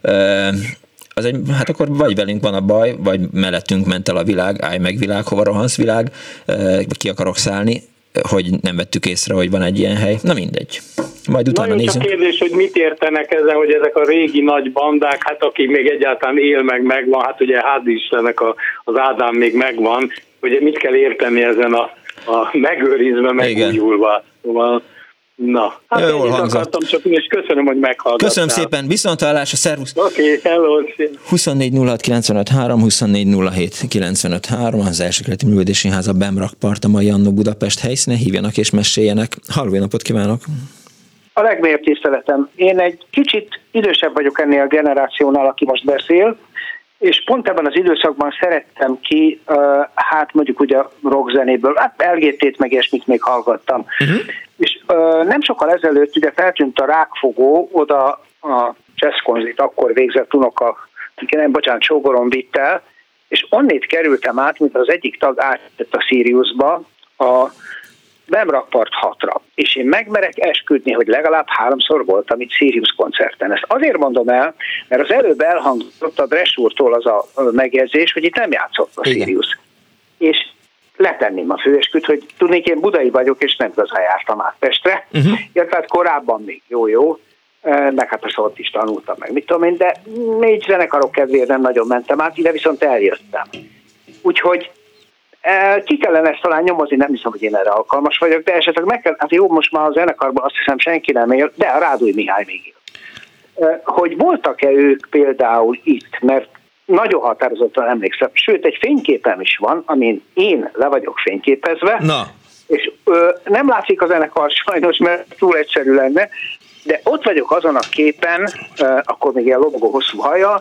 Hát akkor vagy velünk van a baj, vagy mellettünk ment el a világ, állj meg világ, hova rohansz világ, ki akarok szállni, hogy nem vettük észre, hogy van egy ilyen hely. Na mindegy. Majd utána nagyon nézzünk. Csak kérdés, hogy mit értenek ezen, hogy ezek a régi nagy bandák, hát akik még egyáltalán él megvan, hát ugye házi Istennek az Ádám még megvan, hogy mit kell érteni ezen a megőrizve, megújulva. Szóval, na, hát jól akartam csak, és köszönöm, hogy meghallgattál. Köszönöm szépen, viszonthallásra, szervusz! Oké, hello! 24 06 95 3, 24 07 95 3, az első keleti művelődési ház a Bemrock-part, a mai Annó Budapest helyszíne, hívjanak és meséljenek. Halló, napot kívánok! A legmélyebb tiszteletem. Én egy kicsit idősebb vagyok ennél a generációnál, aki most beszél, és pont ebben az időszakban szerettem ki, hát mondjuk ugye rockzenéből, hát LGT-t meg ilyesmit még hallgattam. És nem sokkal ezelőtt ugye feltűnt a Rákfogó, oda a jazzkonzit akkor végzett unoka, sógorom vitt el, és onnét kerültem át, mint az egyik tag átjött a Siriusba, a Bemrock-part 6-ra. És én megmerek esküdni, hogy legalább 3-szor voltam itt Sirius koncerten. Ezt azért mondom el, mert az előbb elhangzott a Dress úrtól az a megjegyzés, hogy itt nem játszott a Sirius. És letenném a főesküt, hogy tudnék, én budai vagyok, és nem igazán jártam át Pestre. Tehát korábban még jó, meg hát persze ott is tanultam meg, mit tudom én, de négy zenekarok kedvéért nem nagyon mentem át, ide viszont eljöttem. Úgyhogy ki kellene ezt talán nyomozni, nem hiszem, hogy én erre alkalmas vagyok, de esetleg meg kell, hát jó, most már a zenekarban azt hiszem senki nem él, de a Rádúj Mihály még él. Hogy voltak-e ők például itt, mert nagyon határozottan emlékszem, sőt egy fényképem is van, amin én le vagyok fényképezve, és nem látszik a zenekar sajnos, mert túl egyszerű lenne, de ott vagyok azon a képen, akkor még ilyen lobogó hosszú haja,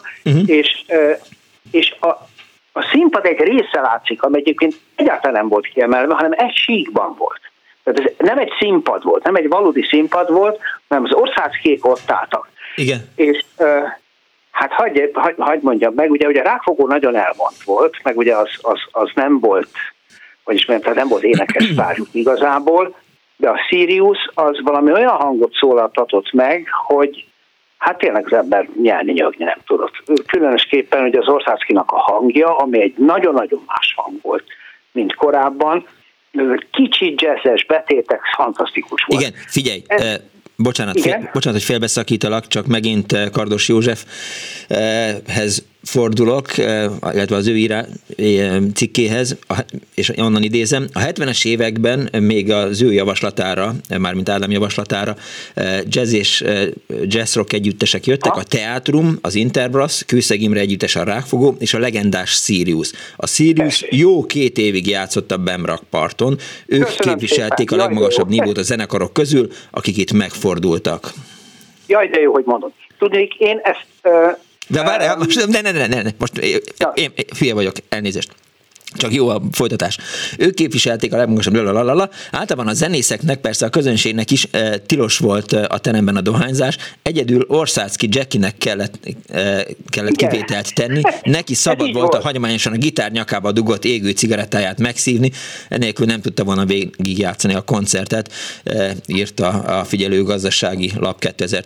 és a színpad egy része látszik, ami egyébként egyáltalán nem volt kiemelve, hanem egy síkban volt. Tehát ez nem egy színpad volt, nem egy valódi színpad volt, hanem az országkék ott álltak. Igen. És hát hagyj mondjam meg, ugye a Rákfogó nagyon elvont volt, meg ugye az nem volt, vagyis mert nem volt énekes sztárjuk igazából, de a Sirius az valami olyan hangot szólaltatott meg, hogy hát tényleg az ember nyelni-nyögni nem tudott. Különösképpen ugye az Országszkinak a hangja, ami egy nagyon-nagyon más hang volt, mint korábban. Kicsit jazzes betétek, fantasztikus volt. Igen, figyelj, bocsánat, hogy félbeszakítalak, csak megint Kardos Józsefhez fordulok, illetve az ő cikkéhez, és onnan idézem. A 70-es években még az ő javaslatára, mármint Ádám javaslatára jazz és jazz rock együttesek jöttek, a Teátrum, az Interbrass, Kőszeg Imre együttes, a Rákfogó és a legendás Sirius. A Sirius jó 2 évig játszott a Bemrock-parton. Ők képviselték a legmagasabb nívót a zenekarok közül, akik itt megfordultak. Jaj, de jó, hogy mondod. Tudnék, én ezt... De várjál, most én hülye vagyok, elnézést. Csak jó a folytatás. Ők képviselték a legmagasabb Általában a zenészeknek, persze a közönségnek is tilos volt a teremben a dohányzás. Egyedül Orszácki Jackinek kellett kivételt tenni. Neki szabad volt a hagyományosan a gitár nyakába dugott égő cigarettáját megszívni. Enélkül nem tudta volna végigjátszani a koncertet, írta a Figyelőgazdasági Lap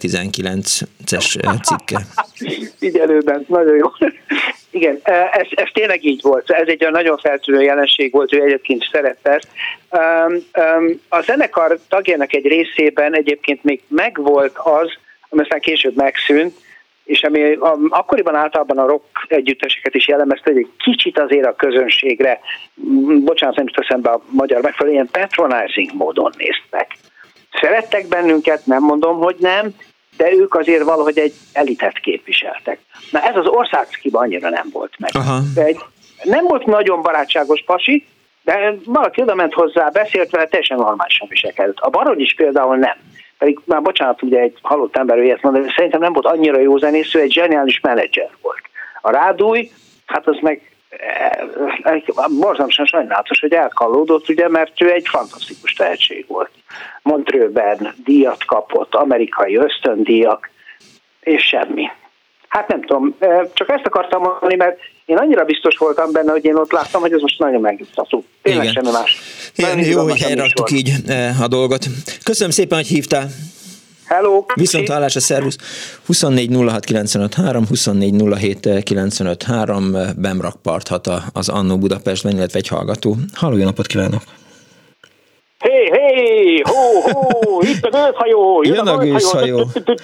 2019-es cikke. Figyelőben, nagyon jó. Igen, ez tényleg így volt. Ez egy nagyon feltűnő jelenség volt, ő egyébként szerette ezt. A zenekar tagjának egy részében egyébként még megvolt az, ami aztán később megszűnt, és ami akkoriban általában a rock együtteseket is jellemezte, hogy egy kicsit azért a közönségre, bocsánat, nem jut eszembe a magyar megfelelő, ilyen patronizing módon néztek. Szerettek bennünket, nem mondom, hogy nem, de ők azért valahogy egy elitet képviseltek. Na ez az Országszkiban annyira nem volt meg. Nem volt nagyon barátságos pasi, De valaki oda ment hozzá, beszélt vele, teljesen normálisan viselkedett. A Barony is például nem. Pedig már bocsánat, ugye egy halott emberről ilyet mondani, de szerintem nem volt annyira jó zenész, ő egy zseniális menedzser volt. A Rádúj, hát az meg borzalmasan sajnálatos, hogy elkallódott, ugye, mert ő egy fantasztikus tehetség volt. Montreuxben díjat kapott, amerikai ösztöndíjak, és semmi. Hát nem tudom, csak ezt akartam mondani, mert én annyira biztos voltam benne, hogy én ott láttam, hogy ez most nagyon megnyugtató. Tényleg semmi más. Jó, hogy helyreadtuk így a dolgot. Köszönöm szépen, hogy hívtál. Hello. Viszont hallásra, szervusz. 24 06 95 3, 24 07 95 3, Bemrakpart az Annó Budapestben, illetve egy hallgató. Halló, jó napot kívánok! Hé, hó, itt a gőzhajó! Jön a gőzhajó!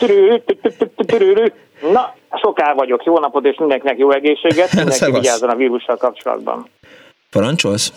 Na, Sokár vagyok, jó napot, és mindenkinek jó egészséget, mindenki vigyázzon a vírussal kapcsolatban. Parancsolsz?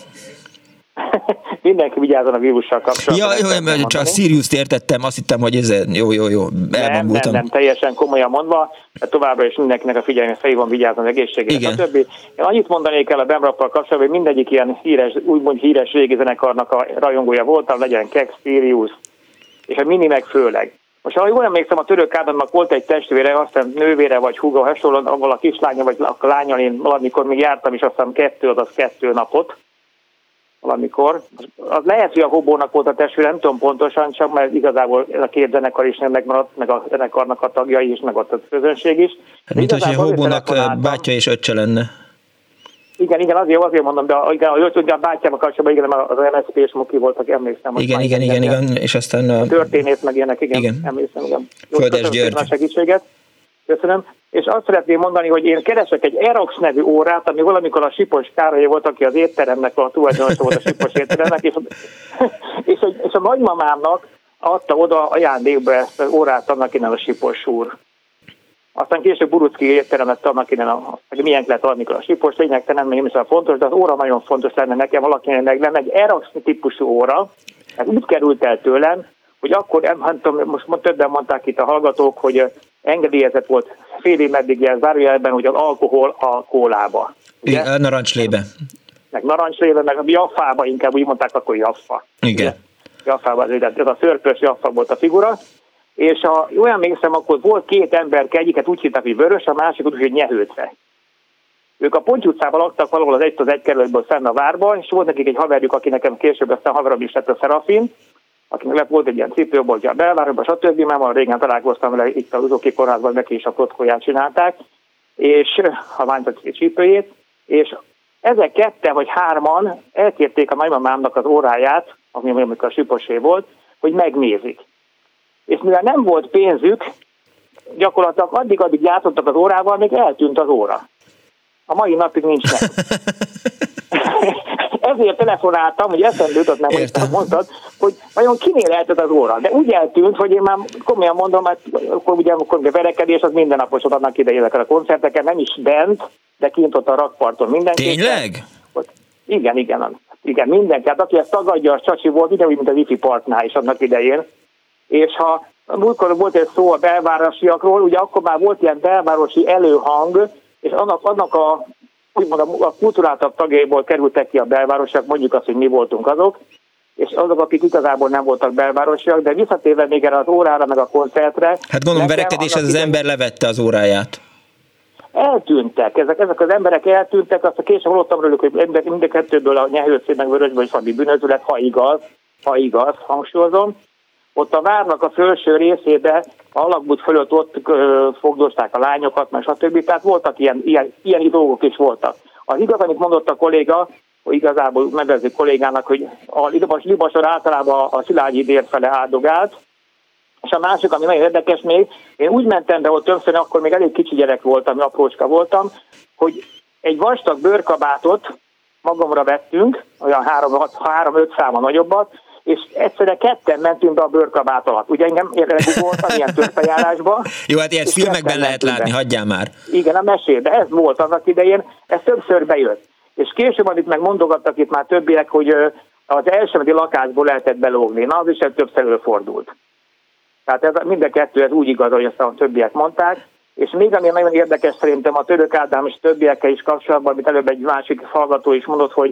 Mindenki vigyázzon a vírussal kapcsolatban. Ja, csak Sirius-t értettem, azt hittem, hogy ez jó. Nem, teljesen komolyan mondva, de továbbra is mindenkinek a figyelme fejében vigyázzon az egészségére. A többi. Én annyit mondanék el a Bemrappal kapcsolatban, hogy mindegyik ilyen úgymond híres régi zenekarnak a rajongója voltam, legyen Kex, Sirius, és a Mini meg főleg. Most ahogy jól emlékszem, a Török Ádámnak volt egy testvére, aztán nővére vagy húga hasonlóan, ahol a kislánya vagy a lányal én valamikor még jártam, és aztán 2 napot. Valamikor. Az lehet, hogy a Hobónak volt a testvére, nem tudom pontosan, csak mert igazából ez a két zenekar is nem megmaradt, meg a zenekarnak a tagjai is, meg ott a közönség is. Mint hogy a Hobónak bátyja és öccse lenne. Igen, azért mondom, de a bátyámmal kapcsolatban, az MSZP és Muki voltak, emlékszem. Igen, és aztán a történész meg ilyenek, igen. Emlékszem, igen. Földes György. A segítséget. Köszönöm. És azt szeretném mondani, hogy én keresek egy Erox nevű órát, ami valamikor a Sipos Károly volt, aki az étteremnek a tulajdonosa volt, a Sipos étteremnek, és a nagymamámnak adta oda ajándékba ezt az órát annak innen a Sipos úr. Aztán később Burucki étterem lett annak innen, hogy milyen lett valamikor a Sipos, lényegtelen nem is olyan fontos, de az óra nagyon fontos lenne nekem, valakinek meg lenne egy Erox típusú óra. Ez úgy került el tőlem, hogy akkor, nem tudom, most többen mondták itt a hallgatók, hogy engedélyezett volt fél év meddig ilyen zárójelben, hogy az alkohol a kólába. Igen, narancslébe. Meg narancslébe, meg a jaffába, inkább úgy mondták, akkor jaffa. Igen. Jaffába, ez a szörpös jaffa volt a figura. És olyan emlékszem, akkor volt 2 ember, egyiket úgy hívták, hogy Vörös, a másikat úgy, hogy Nyehőtve. Ők a Ponty utcában laktak valahol az 1 kerületből fenn a várban, és volt nekik egy haverjuk, aki nekem később aztán haverom is lett, a Szerafin, akinek volt egy ilyen cipőboltja a belvárosban, stb. Már van régen találkoztam vele itt az Uzoki kórházban, neki is a kockóját csinálták, és a ványtaci csípőjét, és ezek 2 vagy 3-an elkérték a nagymamámnak az óráját, ami amikor a Siposé volt, hogy megnézik. És mivel nem volt pénzük, gyakorlatilag addig játszottak az órával, még eltűnt az óra. A mai napig nincs meg. Ezért telefonáltam, hogy eszembe jutott, nem, hogy mondtad, hogy vajon kinél eltűnt az óra. De úgy eltűnt, hogy én már komolyan mondom, mert akkor a verekedés az mindennapos annak idején a koncerteken, nem is bent, de kint ott a rakparton mindenki. Tényleg? Igen, mindenki. Hát aki ezt tagadja, az csacsi volt, ugyanúgy, mint az IFI Parknál is annak idején. És ha múltkor volt egy szó a belvárosiakról, ugye akkor már volt ilyen belvárosi előhang, és annak úgymond a kulturáltabb tagjaiból kerültek ki a belvárosiak, mondjuk azt, hogy mi voltunk azok, és azok, akik igazából nem voltak belvárosiak, de visszatérve még erre az órára, meg a koncertre. Hát gondolom, verekedés az ember levette az óráját. Eltűntek, ezek az emberek eltűntek, azt a később hallottam róluk, hogy mind a 2-ből a Nyehőcé meg Vörösből is valami bűnöző, ha igaz, hangsúlyozom. Ott a várnak a felső részébe, a alakbút fölött ott fogdosták a lányokat, meg stb. Tehát voltak ilyen dolgok is voltak. Az igaz, amit mondott a kolléga, hogy igazából nevezzük kollégának, hogy a Libasor általában a Szilágyi tér fele áldogált, és a másik, ami nagyon érdekes még, én úgy mentem be ott többször, akkor még elég kicsi gyerek voltam, aprócska voltam, hogy egy vastag bőrkabátot magamra vettünk, olyan 3-5 száma nagyobbat, és egyszerre 2 mentünk be a bőrkabát alatt. Ugye engem voltam ilyen törpejárásba. Jó, hát ilyet filmekben lehet látni, hagyjál már. Igen, a mesében, ez volt annak idején, ez többször bejött. És később, amit meg mondogattak itt már többiek, hogy az elsőmedi lakásból lehetett belógni. Na, az is többször előfordult. Tehát mind a 2 ez úgy igaz, hogy ezt a többiek mondták. És még ami nagyon érdekes szerintem a Török Ádám és többiekkel is kapcsolatban, amit előbb egy másik hallgató is mondott, hogy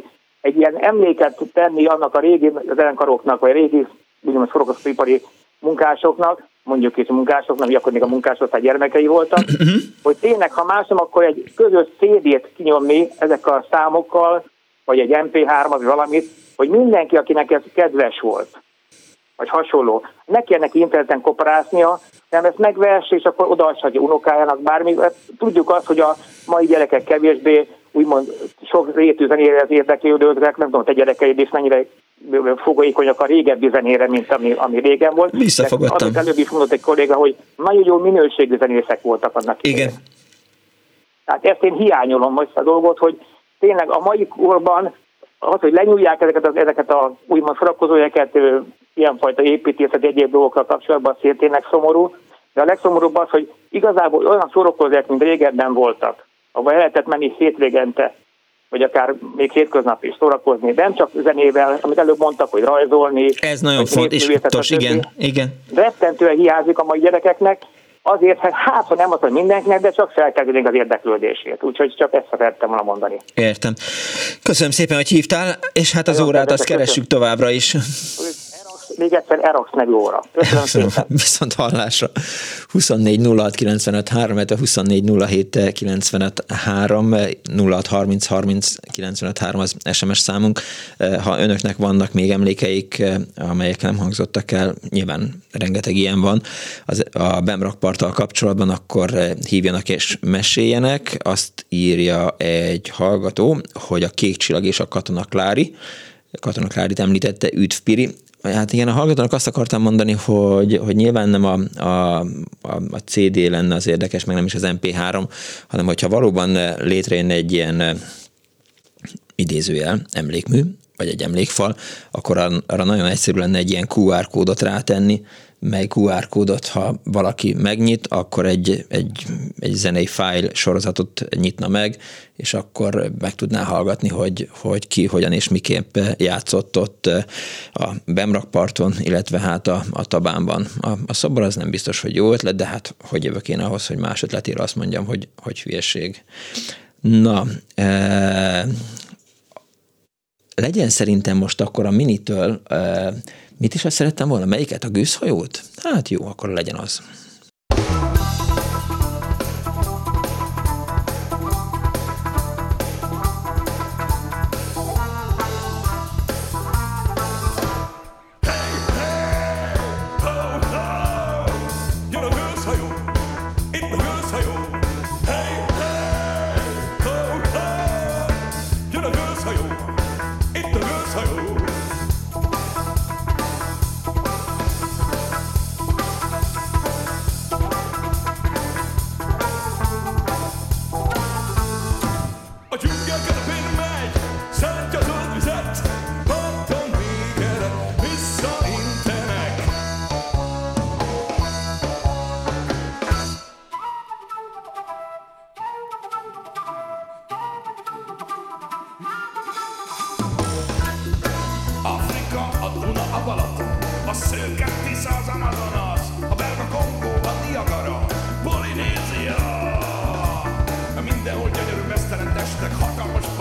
egy ilyen emléket tenni annak a régi zenekaroknak, vagy a régi úgymond szórakoztatóipari munkásoknak, mondjuk is munkásoknak, akkor még a munkások gyermekei voltak, hogy tényleg, ha más nem, akkor egy közös CD-t kinyomni ezek a számokkal, vagy egy MP3-at, vagy valamit, hogy mindenki, akinek ez kedves volt, vagy hasonló, ne kell neki interneten koparáznia, hanem ezt megvers, és akkor odaadhatja unokájának bármi. Tudjuk azt, hogy a mai gyerekek kevésbé úgymond sok rétű zenére érdeklődők, nem tudom, te gyerekeid is mennyire fogolykonyak a régebbi zenére, mint ami régen volt. Visszafogadtam. Az előbb is mondott egy kolléga, hogy nagyon jó minőségű zenészek voltak annak. Igen. Tehát ezt én hiányolom most a dolgot, hogy tényleg a mai korban az, hogy lenyúlják ezeket a úgymond szórakozóhelyeket, ilyenfajta építészet, egyéb dolgokkal kapcsolatban tényleg szomorú, de a legszomorúbb az, hogy igazából olyan szórakozóhelyek, mint régebben voltak, ahol lehetett menni hétvégente, vagy akár még hétköznap is szórakozni, de nem csak zenével, amit előbb mondtak, hogy rajzolni. Ez nagyon fontos, igen. Rettentően hiányzik a mai gyerekeknek, azért, hát ha nem az, hogy mindenkinek, de csak felkelteni az érdeklődését. Úgyhogy csak ezt szerettem volna mondani. Értem. Köszönöm szépen, hogy hívtál, és hát az órát azt keressük továbbra is. Még egyszer Erax nevű óra. Köszönöm szépen. Viszont hallásra. 24 06 95 3, 24 07 95 3, 06 30 30 95 3 az SMS számunk. Ha önöknek vannak még emlékeik, amelyek nem hangzottak el, nyilván rengeteg ilyen van, a Bemrakparttal kapcsolatban, akkor hívjanak és meséljenek. Azt írja egy hallgató, hogy a Kék Csillag és a Katona Klárit említette, üdv Piri. Hát igen, a hallgatónak azt akartam mondani, hogy nyilván nem a CD lenne az érdekes, meg nem is az MP3, hanem hogyha valóban létrejön egy ilyen idézőjel emlékmű, vagy egy emlékfal, akkor arra nagyon egyszerű lenne egy ilyen QR kódot rátenni, mely QR kódot, ha valaki megnyit, akkor egy zenei fájl sorozatot nyitna meg, és akkor meg tudná hallgatni, hogy ki, hogyan és miképp játszott ott a Bemrakparton, illetve hát a Tabánban. A szobor az nem biztos, hogy jó ötlet, de hát hogy jövök én ahhoz, hogy más ötletére azt mondjam, hogy hülyeség. Na, legyen szerintem most akkor a Minitől, mit is azt szerettem volna? Melyiket? A gőzhajót? Hát jó, akkor legyen az. Mindenhol gyönyörű mesztelen testek, hatalmas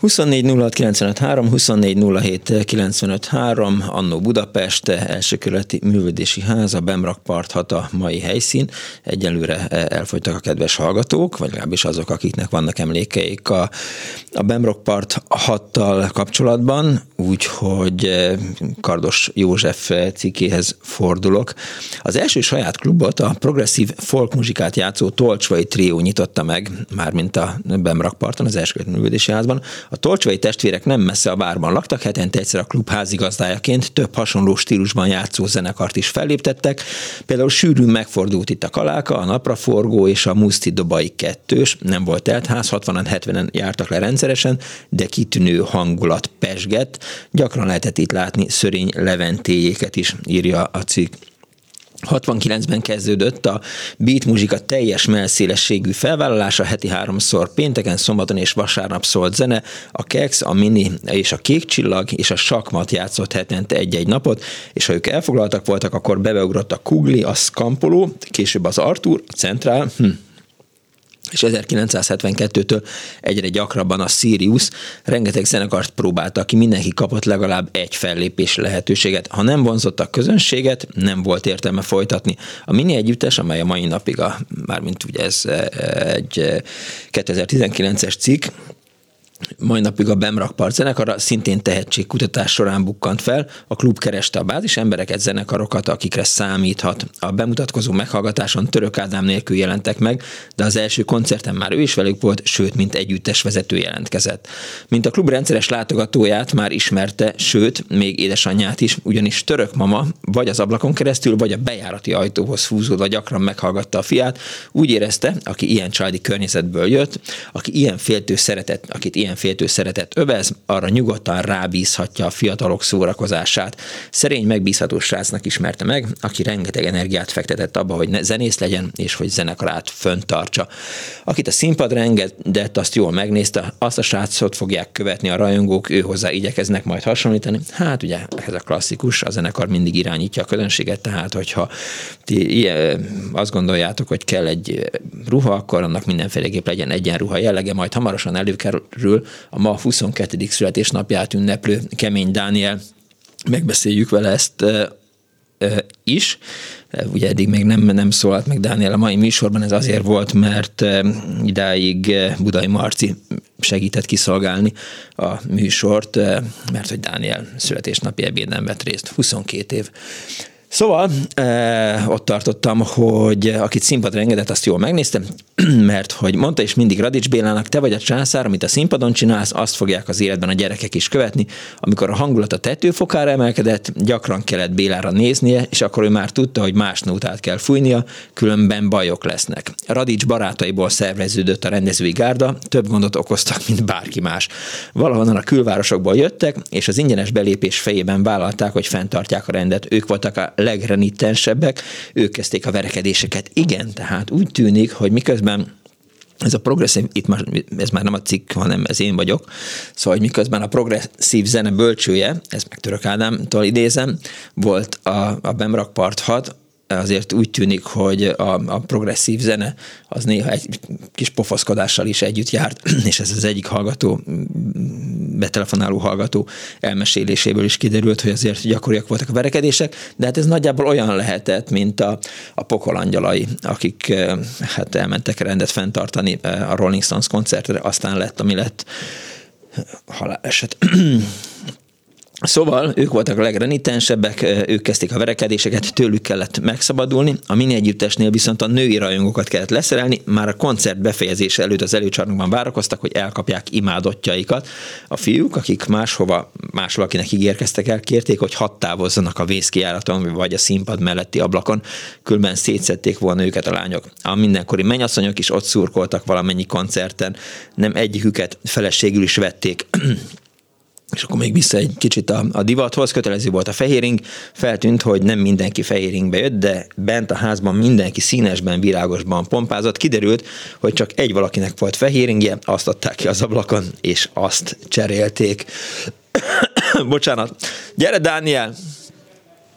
24 06 953, 24 07 953, Annó Budapest, első kerületi művelődési ház, a Bemrakpart 6 a mai helyszín. Egyelőre elfogytak a kedves hallgatók, vagy legalábbis azok, akiknek vannak emlékeik a Bemrakpart 6-tal kapcsolatban, úgyhogy Kardos József cikkéhez fordulok. Az első saját klubot a progresszív folkmuzsikát játszó Tolcsvai trió nyitotta meg, mármint a Bemrakparton, az első kerületi művelődési házban. A Tolcsvai testvérek nem messze a várban laktak, hetente egyszer a klub házigazdájaként több hasonló stílusban játszó zenekart is felléptettek. Például sűrűn megfordult itt a Kaláka, a Napraforgó és a Muszti Dobai kettős. Nem volt teltház, 60-an, 70-en jártak le rendszeresen, de kitűnő hangulat pesgett. Gyakran lehetett itt látni Szörény Leventéjéket is, írja a cikk. 69-ben kezdődött a beat muzsika teljes mellszélességű felvállalása, heti 3-szor pénteken, szombaton és vasárnap szólt zene, a Kex, a Mini és a Kék Csillag és a Sakmat játszott hetente egy-egy napot, és ha ők elfoglaltak voltak, akkor bebeugrott a Kugli, a Skampoló, később az Artur, a Centrál, és 1972-től egyre gyakrabban a Sirius. Rengeteg zenekart próbáltak ki, mindenki kapott legalább egy fellépés lehetőséget. Ha nem vonzott a közönséget, nem volt értelme folytatni. A Mini együttes, amely a mai napig, mármint ugye ez egy 2019-es cikk, mai napig a Bemrakpart zenekara szintén tehetségkutatás során bukkant fel. A klub kereste a bázis embereket, zenekarokat, akikre számíthat. A bemutatkozó meghallgatáson Török Ádám nélkül jelentek meg, de az első koncerten már ő is velük volt, sőt, mint együttes vezető jelentkezett. Mint a klub rendszeres látogatóját már ismerte, sőt, még édesanyját is, ugyanis Török mama vagy az ablakon keresztül, vagy a bejárati ajtóhoz húzódva gyakran meghallgatta a fiát. Úgy érezte, aki ilyen családi környezetből jött, akit ilyen féltő szeretet övez, arra nyugodtan rábízhatja a fiatalok szórakozását. Szerény, megbízható srácnak ismerte meg, aki rengeteg energiát fektetett abba, hogy zenész legyen, és hogy zenekarát fönntartsa. Akit a színpadra engedett, azt jól megnézte, azt a srácot fogják követni a rajongók, ő hozzá igyekeznek majd hasonlítani. Hát ugye, ez a klasszikus, a zenekar mindig irányítja a közönséget, tehát hogyha ti azt gondoljátok, hogy kell egy ruha, akkor annak mindenféleképp legyen egyenruha jellege, majd hamarosan előkerül a ma 22. születésnapját ünneplő Kemény Dániel. Megbeszéljük vele ezt is. Ugye eddig még nem szólalt meg Dániel a mai műsorban, ez azért volt, mert idáig Budai Marci segített kiszolgálni a műsort, mert hogy Dániel születésnapi ebéden vett részt, 22 év. Szóval ott tartottam, hogy akit színpadra engedett, azt jól megnéztem, mert hogy mondta is mindig Radics Bélának, te vagy a császár, amit a színpadon csinálsz, azt fogják az életben a gyerekek is követni. Amikor a hangulat a tetőfokára emelkedett, gyakran kellett Bélára néznie, és akkor ő már tudta, hogy más nótát kell fújnia, különben bajok lesznek. Radics barátaiból szerveződött a rendezői gárda, több gondot okoztak, mint bárki más. Valahonnan a külvárosokból jöttek, és az ingyenes belépés fejében vállalták, hogy fenntartják a rendet. Ők voltak a legrenitensebbek, ők kezdték a verekedéseket. Igen, tehát úgy tűnik, hogy miközben ez a progresszív, ez már nem a cikk, hanem ez én vagyok, szóval, hogy miközben a progresszív zene bölcsője, ezt meg Török Ádámtól idézem, volt a Bemrakpart 6, azért úgy tűnik, hogy a progresszív zene az néha egy kis pofoszkodással is együtt járt, és ez az egyik hallgató, betelefonáló hallgató elmeséléséből is kiderült, hogy azért gyakoriak voltak a verekedések, de hát ez nagyjából olyan lehetett, mint a pokolangyalai, akik hát elmentek rendet fenntartani a Rolling Stones koncertre, aztán lett, ami lett, haláleset. Szóval ők voltak a legrenitensebbek, ők kezdték a verekedéseket, tőlük kellett megszabadulni, a Mini együttesnél viszont a női rajongókat kellett leszerelni, már a koncert befejezése előtt az előcsarnokban várakoztak, hogy elkapják imádottjaikat. A fiúk, akik máshol-akinek ígérkeztek el, kérték, hogy hadd távozzanak a vészkijáraton, vagy a színpad melletti ablakon, különben szétszedték volna őket a lányok. A mindenkori mennyasszonyok is ott szurkoltak valamennyi koncerten, nem egyiküket feleségül is vették. És akkor még vissza egy kicsit a divathoz, kötelező volt a fehéring, feltűnt, hogy nem mindenki fehéringbe jött, de bent a házban mindenki színesben, virágosban pompázott. Kiderült, hogy csak egy valakinek volt fehéringje, azt adták ki az ablakon, és azt cserélték. Bocsánat. Gyere, Dániel!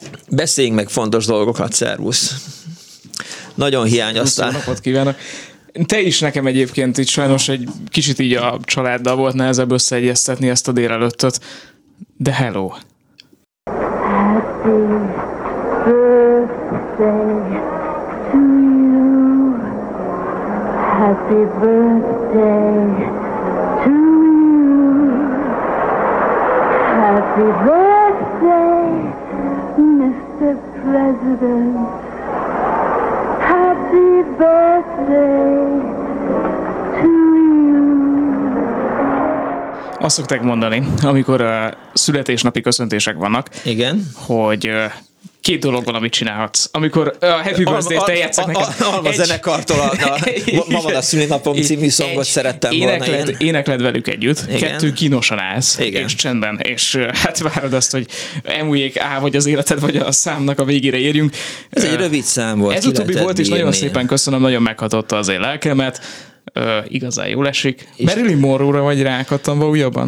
Beszéljünk meg fontos dolgokat, szervusz! Nagyon hiányoztál. Napot kívánok! te is nekem egyébként itt sajnos egy kicsit így a családdal volt nehezebb összeegyeztetni ezt a délelőttöt. De hello! Happy birthday to you. Happy birthday to you. Happy birthday, Mr. President. Happy birthday to you. Azt szokták mondani, amikor születésnapi köszöntések vannak. Igen. Hogy két dolog van, amit csinálhatsz. Amikor a Happy Birthday-t eljátszak nekem. Alma zenekartól Ma van a szülinapom című szongot szerettem volna. Énekled velük együtt. Igen. 2 kínosan állsz. Igen. És csendben. És hát várod azt, hogy emuljék vagy az életed, vagy a számnak a végére érjünk. Ez egy rövid szám volt. Ez utóbbi volt, és nagyon szépen köszönöm, nagyon meghatotta az én lelkemet. Igazán jól esik. Marilyn Monroe-ra vagy ráakadtam újabban?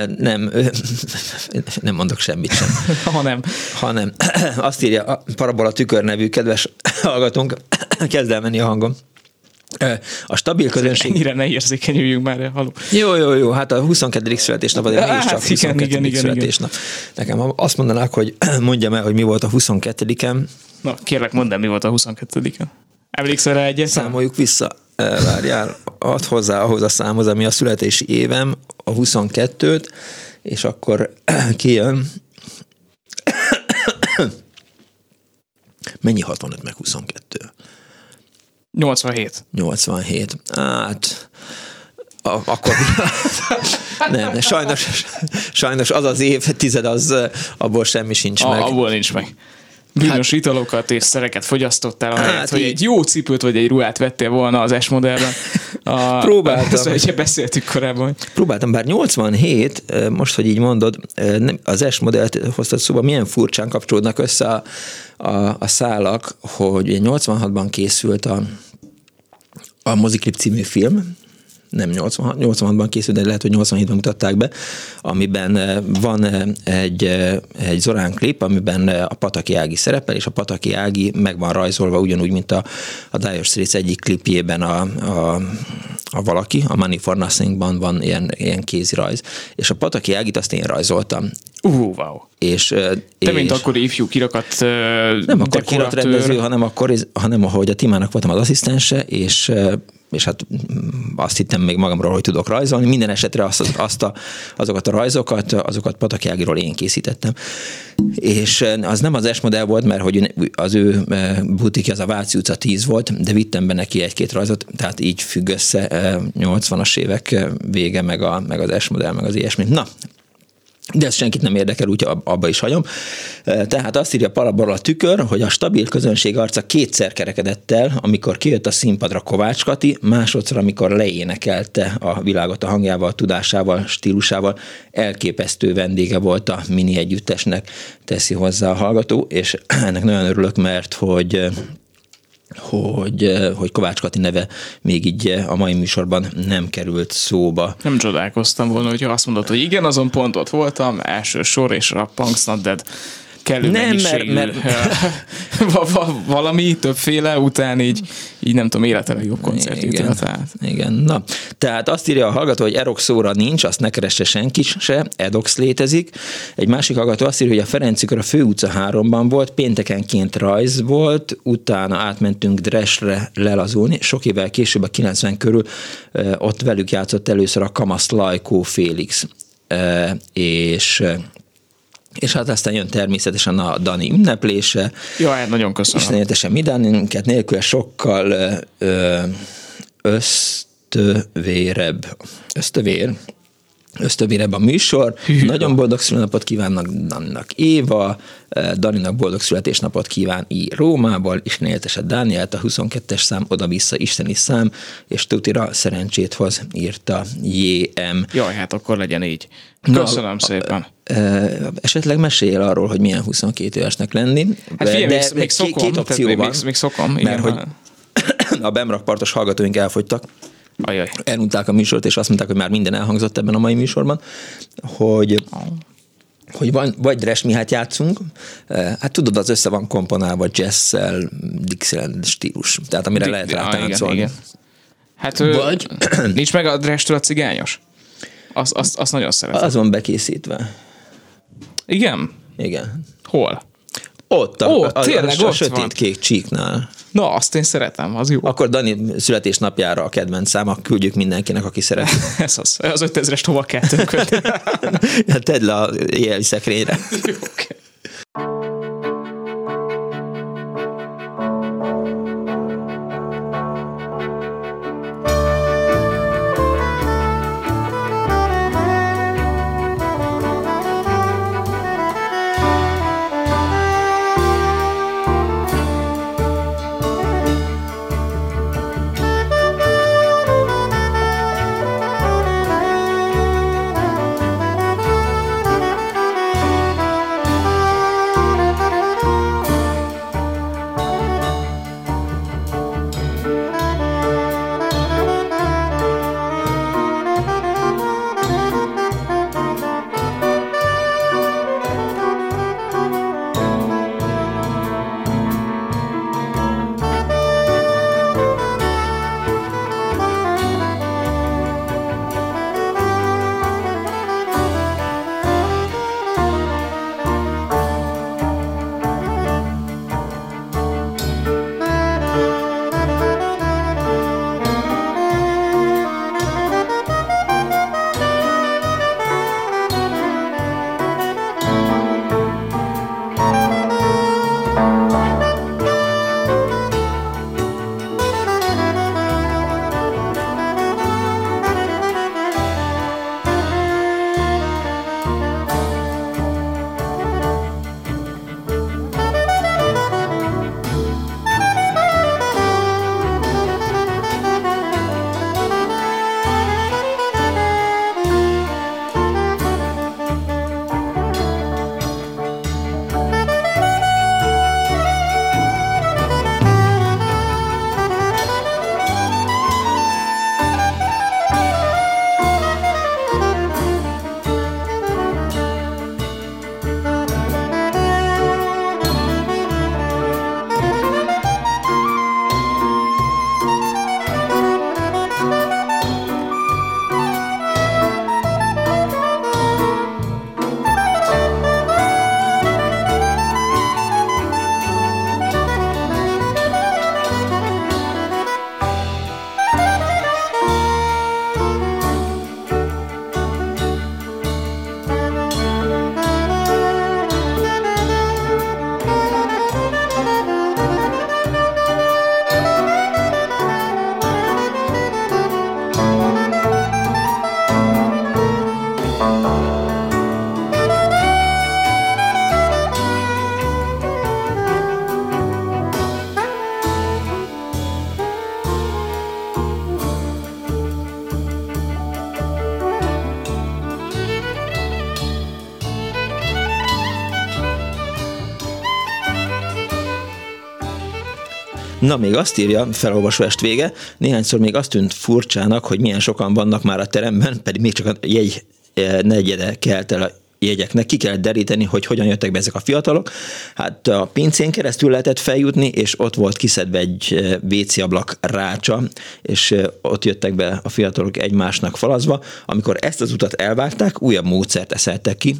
Nem mondok semmit sem. Hanem. Azt írja a Parabola Tükör nevű kedves hallgatónk, kezd el menni a hangom. A stabil közönség... Ennyire ne érzékenyüljünk már, haló. Jó, hát a 22. születésnap, de mégis csak 22. születésnap. Nekem azt mondanák, hogy mondjam el, hogy mi volt a 22-en. Na, kérlek, mondd el, mi volt a 22-en. Emlékszel rá egyet? Számoljuk vissza. Várjál, add hozzá ahhoz a számhoz, ami a születési évem, a 22-t, és akkor kijön. Mennyi 65 meg 22? 87. 87. Hát... Akkor nem, sajnos az az évtized, az abból semmi sincs meg. Abból nincs meg. Bizonyos italokat és szereket fogyasztottál, ahelyett, hogy egy jó cipőt vagy egy ruhát vettél volna az S-modellben. Próbáltam. Ezt beszéltük korábban. Próbáltam, bár 87, most, hogy így mondod, az S-modellt hoztad szóba, milyen furcsán kapcsolódnak össze a szálak, hogy 86-ban készült a Moziklip című film, nem 86-ban készült, de lehet, hogy 87-ban mutatták be, amiben van egy Zorán klip, amiben a Pataki Ági szerepel, és a Pataki Ági meg van rajzolva ugyanúgy, mint a Dire Straits egyik klipjében a valaki, a Money for Nothingban van ilyen kézirajz. És a Pataki Ágit azt én rajzoltam. Wow. Te, mint akkor ifjú kirakat nem akkor kiratrendező, hanem ahogy a Timának voltam az asszisztense, és hát azt hittem még magamról, hogy tudok rajzolni. Minden esetre azokat a rajzokat, azokat Pataki Ágiról én készítettem. És az nem az S-modell volt, mert hogy az ő butikja az a Váci utca 10 volt, de vittem be neki 1-2 rajzot, tehát így függ össze 80-as évek vége, meg az S-modell, meg az ilyesmi. Na, de ez senkit nem érdekel, úgyhogy abba is hagyom. Tehát azt írja Parabola Tükör, hogy a stabil közönség arca kétszer kerekedett el, amikor kijött a színpadra Kovács Kati, másodszor, amikor leénekelte a világot a hangjával, tudásával, stílusával. Elképesztő vendége volt a mini együttesnek, teszi hozzá a hallgató, és ennek nagyon örülök, mert hogy Kovács Kati neve még így a mai műsorban nem került szóba. Nem csodálkoztam volna, hogyha azt mondod, hogy igen, azon pont ott voltam, első sor, és a Punks Not Dead kellő mennyiségű. Valami többféle után így nem tudom, életemben jobb koncertjét. Igen, na. Tehát azt írja a hallgató, hogy Erox szóra nincs, azt ne keresse senki se, Edox létezik. Egy másik hallgató azt írja, hogy a Ferencikör a Főutca 3-ban volt, péntekenként rajz volt, utána átmentünk Dresre lelazulni, sok évvel később a 90 körül ott velük játszott először a Kamasz Lajkó Félix. És hát aztán jön természetesen a Dani ünneplése. Jaj, nagyon köszönöm. Istenértesen mi Daninket nélkül sokkal ösztövérebb a műsor. Nagyon boldog születésnapot kívánnak Daninak Éva, Daninak boldog születésnapot kíván Rómából, Istenértesen Dánielt, a 22-es szám oda-vissza isteni szám, és tutira szerencsét hoz, írta J.M. Jaj, hát akkor legyen így. Köszönöm szépen. Esetleg mesélj el arról, hogy milyen 22 évesnek lenni. Hát figyelj, még szokom. Két opció van. Még szokom. Mert igen, hogy a bemrakpartos hallgatóink elfogytak. Ajaj. Elunták a műsort, és azt mondták, hogy már minden elhangzott ebben a mai műsorban, hogy vagy Dres Mihát játszunk, hát tudod, az össze van komponálva jazz-szel, Dixieland stílus, tehát amire lehet rá táncolni. Igen. Hát nincs meg a Drestől a cigányos? Azt nagyon szeretem. Az van bekészítve. Igen? Igen. Hol? Ott, tényleg a sötét-kék csíknál. Na, azt én szeretem, az jó. Akkor Dani születésnapjára a kedvenc száma, küldjük mindenkinek, aki szeret. Ez az 5000-est hova kell tönködni? Tedd le a éjjeli szekrényre. Jó, okay. Na, még azt írja, felolvasó est vége, néhányszor még azt tűnt furcsának, hogy milyen sokan vannak már a teremben, pedig még csak a jegy negyede kelt el a jegyeknek. Ki kell deríteni, hogy hogyan jöttek be ezek a fiatalok. Hát a pincén keresztül lehetett feljutni, és ott volt kiszedve egy WC ablak rácsa, és ott jöttek be a fiatalok egymásnak falazva. Amikor ezt az utat elvágták, újabb módszert eszeltek ki.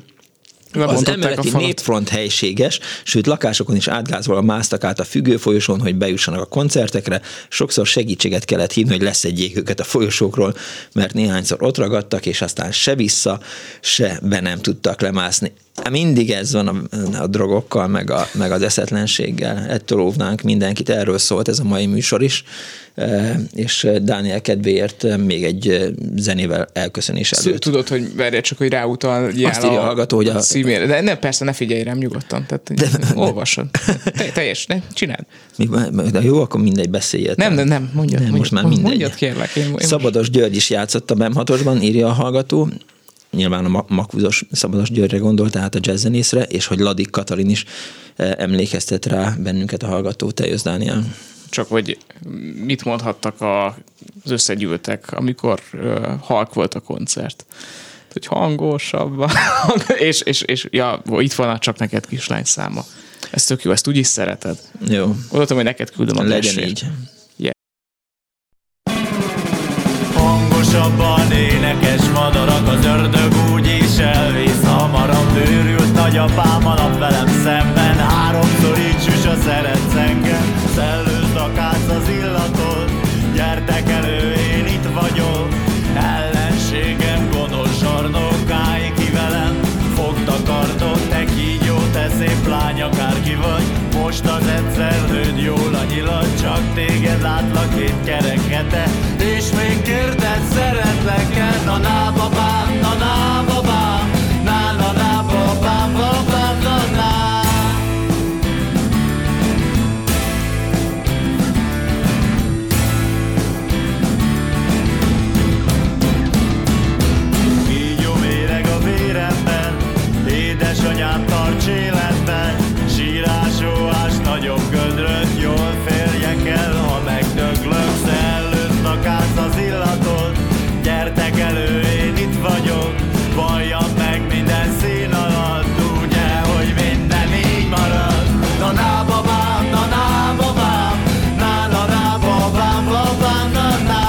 Az emeleti népfront helységes, sőt lakásokon is átgázolva másztak át a függőfolyosón, hogy bejussanak a koncertekre. Sokszor segítséget kellett hívni, hogy leszedjék őket a folyosókról, mert néhányszor ott ragadtak, és aztán se vissza, se be nem tudtak lemászni. Mindig ez van a drogokkal, meg az eszetlenséggel. Ettől óvnánk mindenkit, erről szólt ez a mai műsor is, és Dániel kedvéért még egy zenével elköszönés előtt. Tudod, hogy várjál csak, hogy ráutaljál azt írja a hallgató, hogy a címére. De nem, persze, ne figyelj rám nyugodtan. Tehát olvassad. Teljes, ne, csináld. De jó, akkor mindegy, beszéljél. Nem, mondjad. Most már mindegy. Mondjad, kérlek. Szabados György is játszott a BEM6-osban, írja a hallgató. Nyilván a Makvuzos Szabados Györgyre gondol, tehát a jazzzenészre, és hogy Ladik Katalin is emlékeztet rá bennünket a hallgató. Te jössz, Dániel. Csak hogy mit mondhattak az összegyűltek, amikor halk volt a koncert. Hogy hangosabb. és ja, itt van a Csak neked kislány száma. Ez tök jó, ezt úgy is szereted. Jó. Gondoltam, hogy neked küldöm a legyen így. Yeah. Hangosabban énekes madarak, az ördög úgyis elvész hamarabb. Őrült nagyapám a nap velem szemben, háromszor így süs a szeretsz engem. Szellőzd a kász az illatot, gyertek elő, én itt vagyok. Ellenségem gonosz zsarnok, állj ki velem, fogd a kardot, te kígyó, te szép lány, akárki vagy. Most az egyszer lőd jól a nyilat, csak téged látlak két kerek hete, és még kérdez, szeretlek-e? Na na babám, na na babám, na na na babám, babám, na na. Kígyó méreg a véremben, édesanyám tarts életben, sírás-óás nagyobb gödröt, jól férjek el, ha megdöglök. Szellőzd a kász az illatot, gyertek elő, én itt vagyok. Valljam meg minden szín alatt, ugye, hogy minden így marad. Na na babám, na na babám, na na na babám, babám, na na.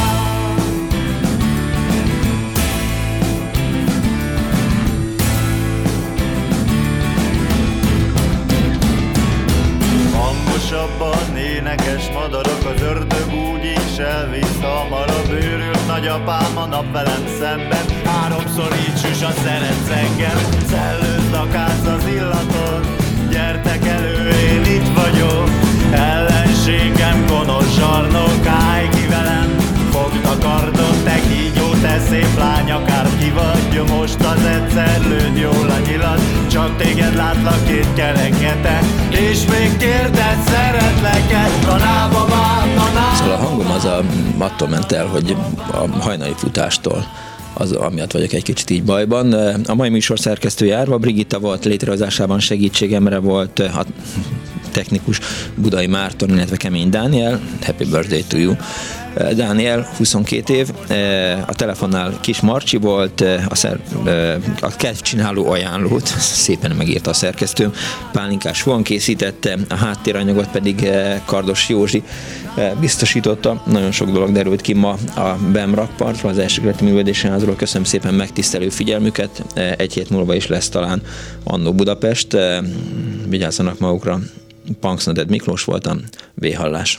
Hangosabban énekes madarak, az ördög úgyis elvisz hamarabb. Őrült nagyapám a nap velem szemben, háromszor így süs a szeretsz engem. Szellőzd a kász az illatot, gyertek elő, én itt vagyok. Ellenségem gonosz zsarnok, állj ki velem, fogd a kardot, te kígyó, te szép lány, akárki vagy. Most az egyszer lőd jól a nyilat, csak téged látlak két kerek hete, és még kérdez, szeretlek-e? Na na babám, na na. Szóval a hangom az attól ment el, hogy a hajnali futástól az amiatt vagyok egy kicsit így bajban. A mai műsor szerkesztője Árva Brigitta volt, létrehozásában segítségemre volt a technikus Budai Márton, illetve Kemény Dániel. Happy birthday to you. Dániel, 22 év, a telefonnál Kis Marcsi volt, a kedvcsináló ajánlót szépen megírta a szerkesztőm, Pálinkás Van készítette, a háttéranyagot pedig Kardos Józsi biztosította. Nagyon sok dolog derült ki ma a BEM rakpartról, az Elsőkerületi Művelődési Házról. Köszönöm szépen megtisztelő figyelmüket, egy hét múlva is lesz talán Annó Budapest. Vigyázzanak magukra. Punksnoded Miklós voltam, V-hallás.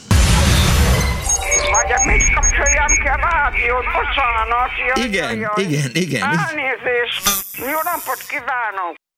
Mit kapcsoljam ki a rádiót? Bocsánat. Igen. Elnézést. Jó napot kívánok.